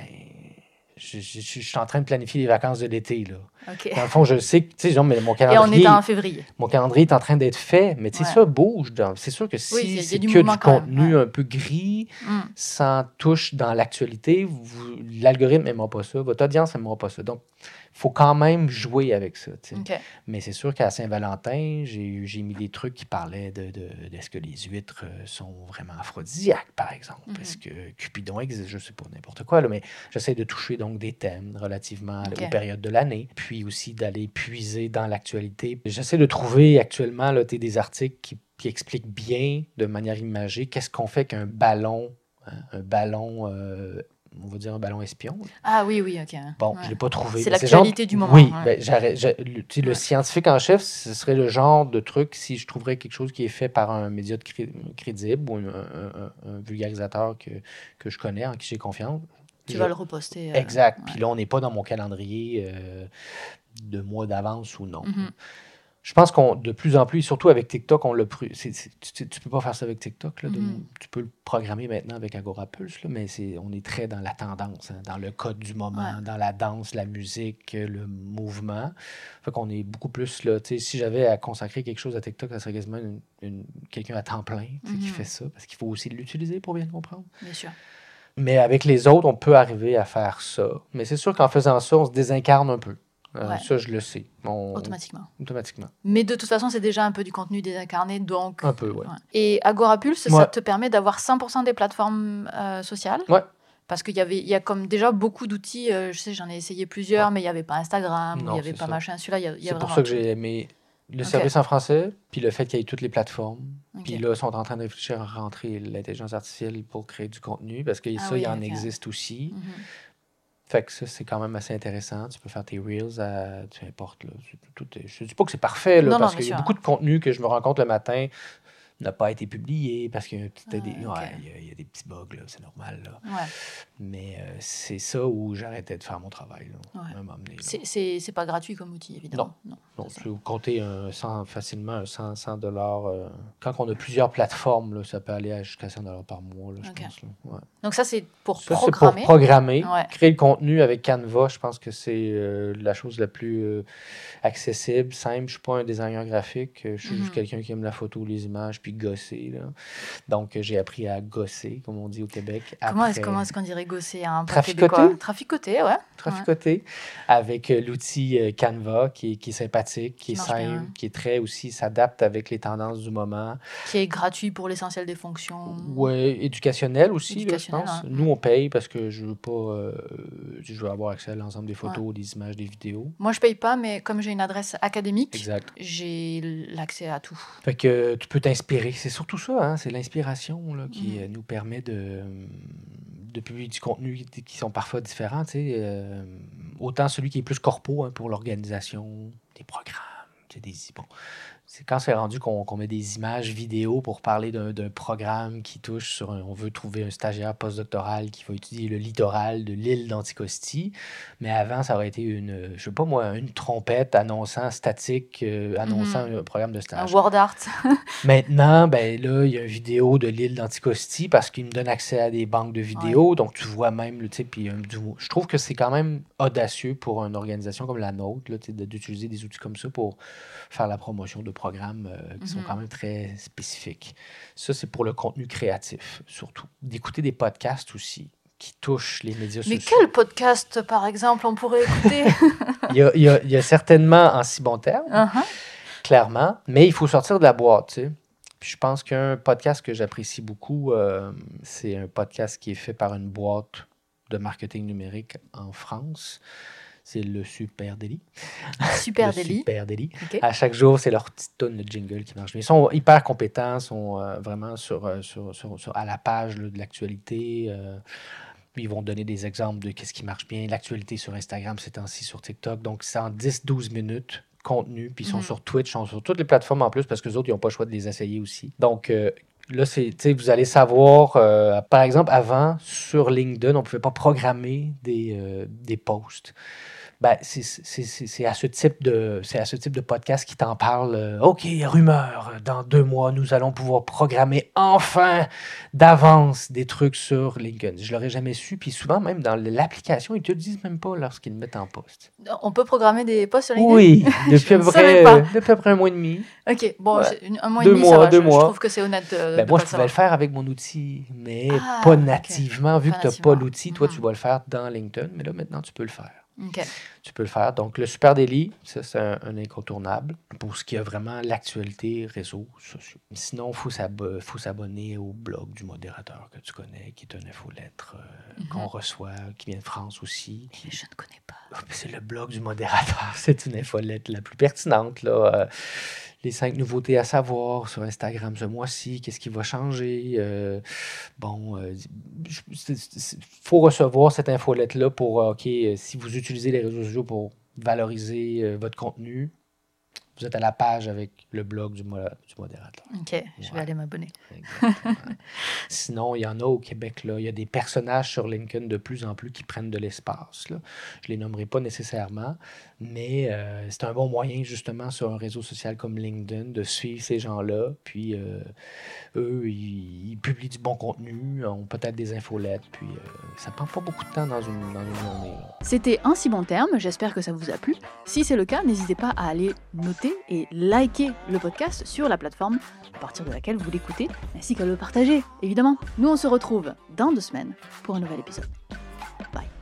je, je, je, je suis en train de planifier les vacances de l'été, là. Okay. Dans le fond, je sais que, tu sais, genre, mais mon calendrier... Et on est en février. Mon calendrier est en train d'être fait, mais tu sais, ouais. ça bouge. Dans, c'est sûr que si oui, c'est du que du contenu ouais. un peu gris, mm. sans touche dans l'actualité, vous, l'algorithme n'aimera pas ça, votre audience n'aimera pas ça. Donc, il faut quand même jouer avec ça. Okay. Mais c'est sûr qu'à Saint-Valentin, j'ai, j'ai mis des trucs qui parlaient de, de, de est-ce que les huîtres sont vraiment aphrodisiaques, par exemple. Mm-hmm. Est-ce que Cupidon existe? Je ne sais pas, n'importe quoi. Là, mais j'essaie de toucher donc des thèmes relativement okay. aux périodes de l'année. Puis aussi d'aller puiser dans l'actualité. J'essaie de trouver actuellement là, des articles qui, qui expliquent bien, de manière imagée, qu'est-ce qu'on fait qu'un ballon, hein, un ballon... Euh, on va dire un ballon espion. Ah oui, oui, OK. Bon, ouais. je ne l'ai pas trouvé. C'est l'actualité genre, du moment. Oui, ouais. ben, j'arrête, j'ai, le, tu sais, le ouais. scientifique en chef, ce serait le genre de truc, si je trouverais quelque chose qui est fait par un média de cré, crédible ou un, un, un, un vulgarisateur que, que je connais, en qui j'ai confiance. Tu je... vas le reposter. Euh... Exact. Ouais. Puis là, on n'est pas dans mon calendrier euh, de mois d'avance ou non. Mm-hmm. Je pense qu'on, de plus en plus, surtout avec TikTok, on l'a pris. C'est, c'est, tu ne peux pas faire ça avec TikTok. Là, de, mm-hmm. Tu peux le programmer maintenant avec Agorapulse, là, mais c'est, on est très dans la tendance, hein, dans le code du moment, ouais. dans la danse, la musique, le mouvement. Fait qu'on est beaucoup plus là. Si j'avais à consacrer quelque chose à TikTok, ça serait quasiment une, une, quelqu'un à temps plein mm-hmm. qui fait ça, parce qu'il faut aussi l'utiliser pour bien comprendre. Bien sûr. Mais avec les autres, on peut arriver à faire ça. Mais c'est sûr qu'en faisant ça, on se désincarne un peu. Euh, ouais. Ça, je le sais. On... Automatiquement. Automatiquement. Mais de toute façon, c'est déjà un peu du contenu désincarné, donc... Un peu, oui. Ouais. Et Agorapulse, ouais. ça te permet d'avoir cent pour cent des plateformes euh, sociales. Oui. Parce qu'il y avait, il y a comme déjà beaucoup d'outils. Euh, je sais, j'en ai essayé plusieurs, ouais. mais il n'y avait pas Instagram, non, il n'y avait pas ça. machin. Celui-là, il y a, il y a c'est pour ça que j'ai aimé le okay. service en français, puis le fait qu'il y ait toutes les plateformes. Okay. Puis là, ils sont en train de réfléchir à rentrer l'intelligence artificielle pour créer du contenu, parce que ah, ça, oui, il en okay. existe aussi. Mm-hmm. Fait que ça, c'est quand même assez intéressant. Tu peux faire tes Reels à... Tu importe, là. Tout est... Je ne dis pas que c'est parfait, là, non, parce non, qu'il y a sûr. beaucoup de contenu que je me rends compte le matin n'a pas été publié, parce qu'il y a, ah, des... okay. ouais, il y a, il y a des petits bugs, là, c'est normal. Là. Ouais. Mais euh, c'est ça où j'arrêtais de faire mon travail. Là, ouais. m'amener, là. C'est, c'est, c'est pas gratuit comme outil, évidemment. Non, non, non tu peux compter un cent, facilement un cent dollars. Euh... Quand on a plusieurs plateformes, là, ça peut aller à jusqu'à cent dollars par mois, là, je okay. pense. Là. Ouais. Donc ça, c'est pour ça, programmer. C'est pour programmer. Ouais. Créer le contenu avec Canva, je pense que c'est euh, la chose la plus euh, accessible, simple. Je ne suis pas un designer graphique. Je suis mm-hmm. juste quelqu'un qui aime la photo, les images, puis gosser. Là. Donc, j'ai appris à gosser, comme on dit au Québec. Comment, après... est-ce, comment est-ce qu'on dirait gosser hein, Traficoter. Traficoter, ouais. Traficoter, ouais. avec euh, l'outil euh, Canva, qui est, qui est sympathique, qui, qui est simple, bien. Qui est très aussi, s'adapte avec les tendances du moment. Qui est gratuit pour l'essentiel des fonctions. Oui, éducationnel aussi, éducationnel, là, je pense. Hein. Nous, on paye parce que je veux pas... Euh, je veux avoir accès à l'ensemble des photos, ouais. des images, des vidéos. Moi, je paye pas, mais comme j'ai une adresse académique, exact. J'ai l'accès à tout. Fait que tu peux t'inspirer. C'est surtout ça, hein, c'est l'inspiration là, qui mmh. nous permet de... de publier du contenu qui, qui sont parfois différents, tu sais, euh, autant celui qui est plus corpo hein, pour l'organisation, des programmes, tu sais, des... Bon, c'est quand c'est rendu qu'on, qu'on met des images vidéo pour parler d'un, d'un programme qui touche sur un... On veut trouver un stagiaire postdoctoral qui va étudier le littoral de l'île d'Anticosti, mais avant, ça aurait été une, je sais pas moi, une trompette annonçant statique, euh, annonçant mm-hmm. un programme de stage. Un word art. Maintenant, ben là, il y a une vidéo de l'île d'Anticosti parce qu'il me donne accès à des banques de vidéos, ouais. donc tu vois même, tu sais, puis euh, je trouve que c'est quand même audacieux pour une organisation comme la nôtre, là, d'utiliser des outils comme ça pour faire la promotion de programmes euh, qui mm-hmm. sont quand même très spécifiques. Ça, c'est pour le contenu créatif, surtout. D'écouter des podcasts aussi qui touchent les médias Mais sociaux. Mais quel podcast, par exemple, on pourrait écouter? il, y a, il, y a, il y a certainement en si bon terme, uh-huh. clairement, mais il faut sortir de la boîte, tu sais. Puis je pense qu'un podcast que j'apprécie beaucoup, euh, c'est un podcast qui est fait par une boîte de marketing numérique en France. C'est le Super Daily. Super le Daily. Super Daily. Okay. À chaque jour, c'est leur petite tonne de jingle qui marche. Mais ils sont hyper compétents, sont euh, vraiment sur, euh, sur, sur, sur, à la page là, de l'actualité. Euh, ils vont donner des exemples de qu'est-ce qui marche bien. L'actualité sur Instagram, ces temps-ci sur TikTok. Donc, c'est en dix à douze minutes contenu. Puis ils sont mm-hmm. sur Twitch, ils sont sur toutes les plateformes en plus parce que les autres, ils n'ont pas le choix de les essayer aussi. Donc, euh, là, c'est, vous allez savoir, euh, par exemple, avant, sur LinkedIn, on ne pouvait pas programmer des, euh, des posts. Ben, c'est, c'est, c'est, c'est, à ce type de, c'est à ce type de podcast qui t'en parle. Euh, OK, rumeur, dans deux mois, nous allons pouvoir programmer enfin d'avance des trucs sur LinkedIn. Je l'aurais jamais su. Puis souvent, même dans l'application, ils te le disent même pas lorsqu'ils le mettent en poste. On peut programmer des posts sur LinkedIn? Oui, depuis, à peu près, euh, depuis à peu près un mois et demi. OK, bon, ouais. une, un mois deux et demi, mois, ça va. Deux je, mois. je trouve que c'est honnête de, ben de Moi, pas je pouvais le faire avec mon outil, mais ah, pas nativement. Okay. Vu pas que tu n'as pas l'outil, toi, mm-hmm. tu vas le faire dans LinkedIn. Mais là, maintenant, tu peux le faire. Okay. Tu peux le faire. Donc, le Super Daily, ça, c'est un, un incontournable pour ce qui a vraiment l'actualité réseaux sociaux. Sinon, il faut, s'ab- faut s'abonner au blog du modérateur que tu connais, qui est une infolettre euh, mm-hmm. qu'on reçoit, qui vient de France aussi. Qui... Je ne connais pas. Oh, c'est le blog du modérateur. C'est une infolettre la plus pertinente, là. Euh, les cinq nouveautés à savoir sur Instagram ce mois-ci, qu'est-ce qui va changer. Euh, bon, il euh, faut recevoir cette infolette-là pour, euh, OK, euh, si vous utilisez les réseaux sociaux pour valoriser euh, votre contenu, vous êtes à la page avec le blog du, mo- du modérateur. OK, ouais. Je vais aller m'abonner. Sinon, il y en a au Québec, là. Il y a des personnages sur LinkedIn de plus en plus qui prennent de l'espace, là. Je ne les nommerai pas nécessairement, mais euh, c'est un bon moyen, justement, sur un réseau social comme LinkedIn, de suivre ces gens-là. Puis, euh, eux, ils, ils publient du bon contenu, ont peut-être des infolettes, puis euh, ça ne prend pas beaucoup de temps dans une, dans une journée. Là. C'était Un si bon terme, j'espère que ça vous a plu. Si c'est le cas, n'hésitez pas à aller noter et liker le podcast sur la plateforme à partir de laquelle vous l'écoutez, ainsi qu'à le partager, évidemment. Nous, on se retrouve dans deux semaines pour un nouvel épisode. Bye.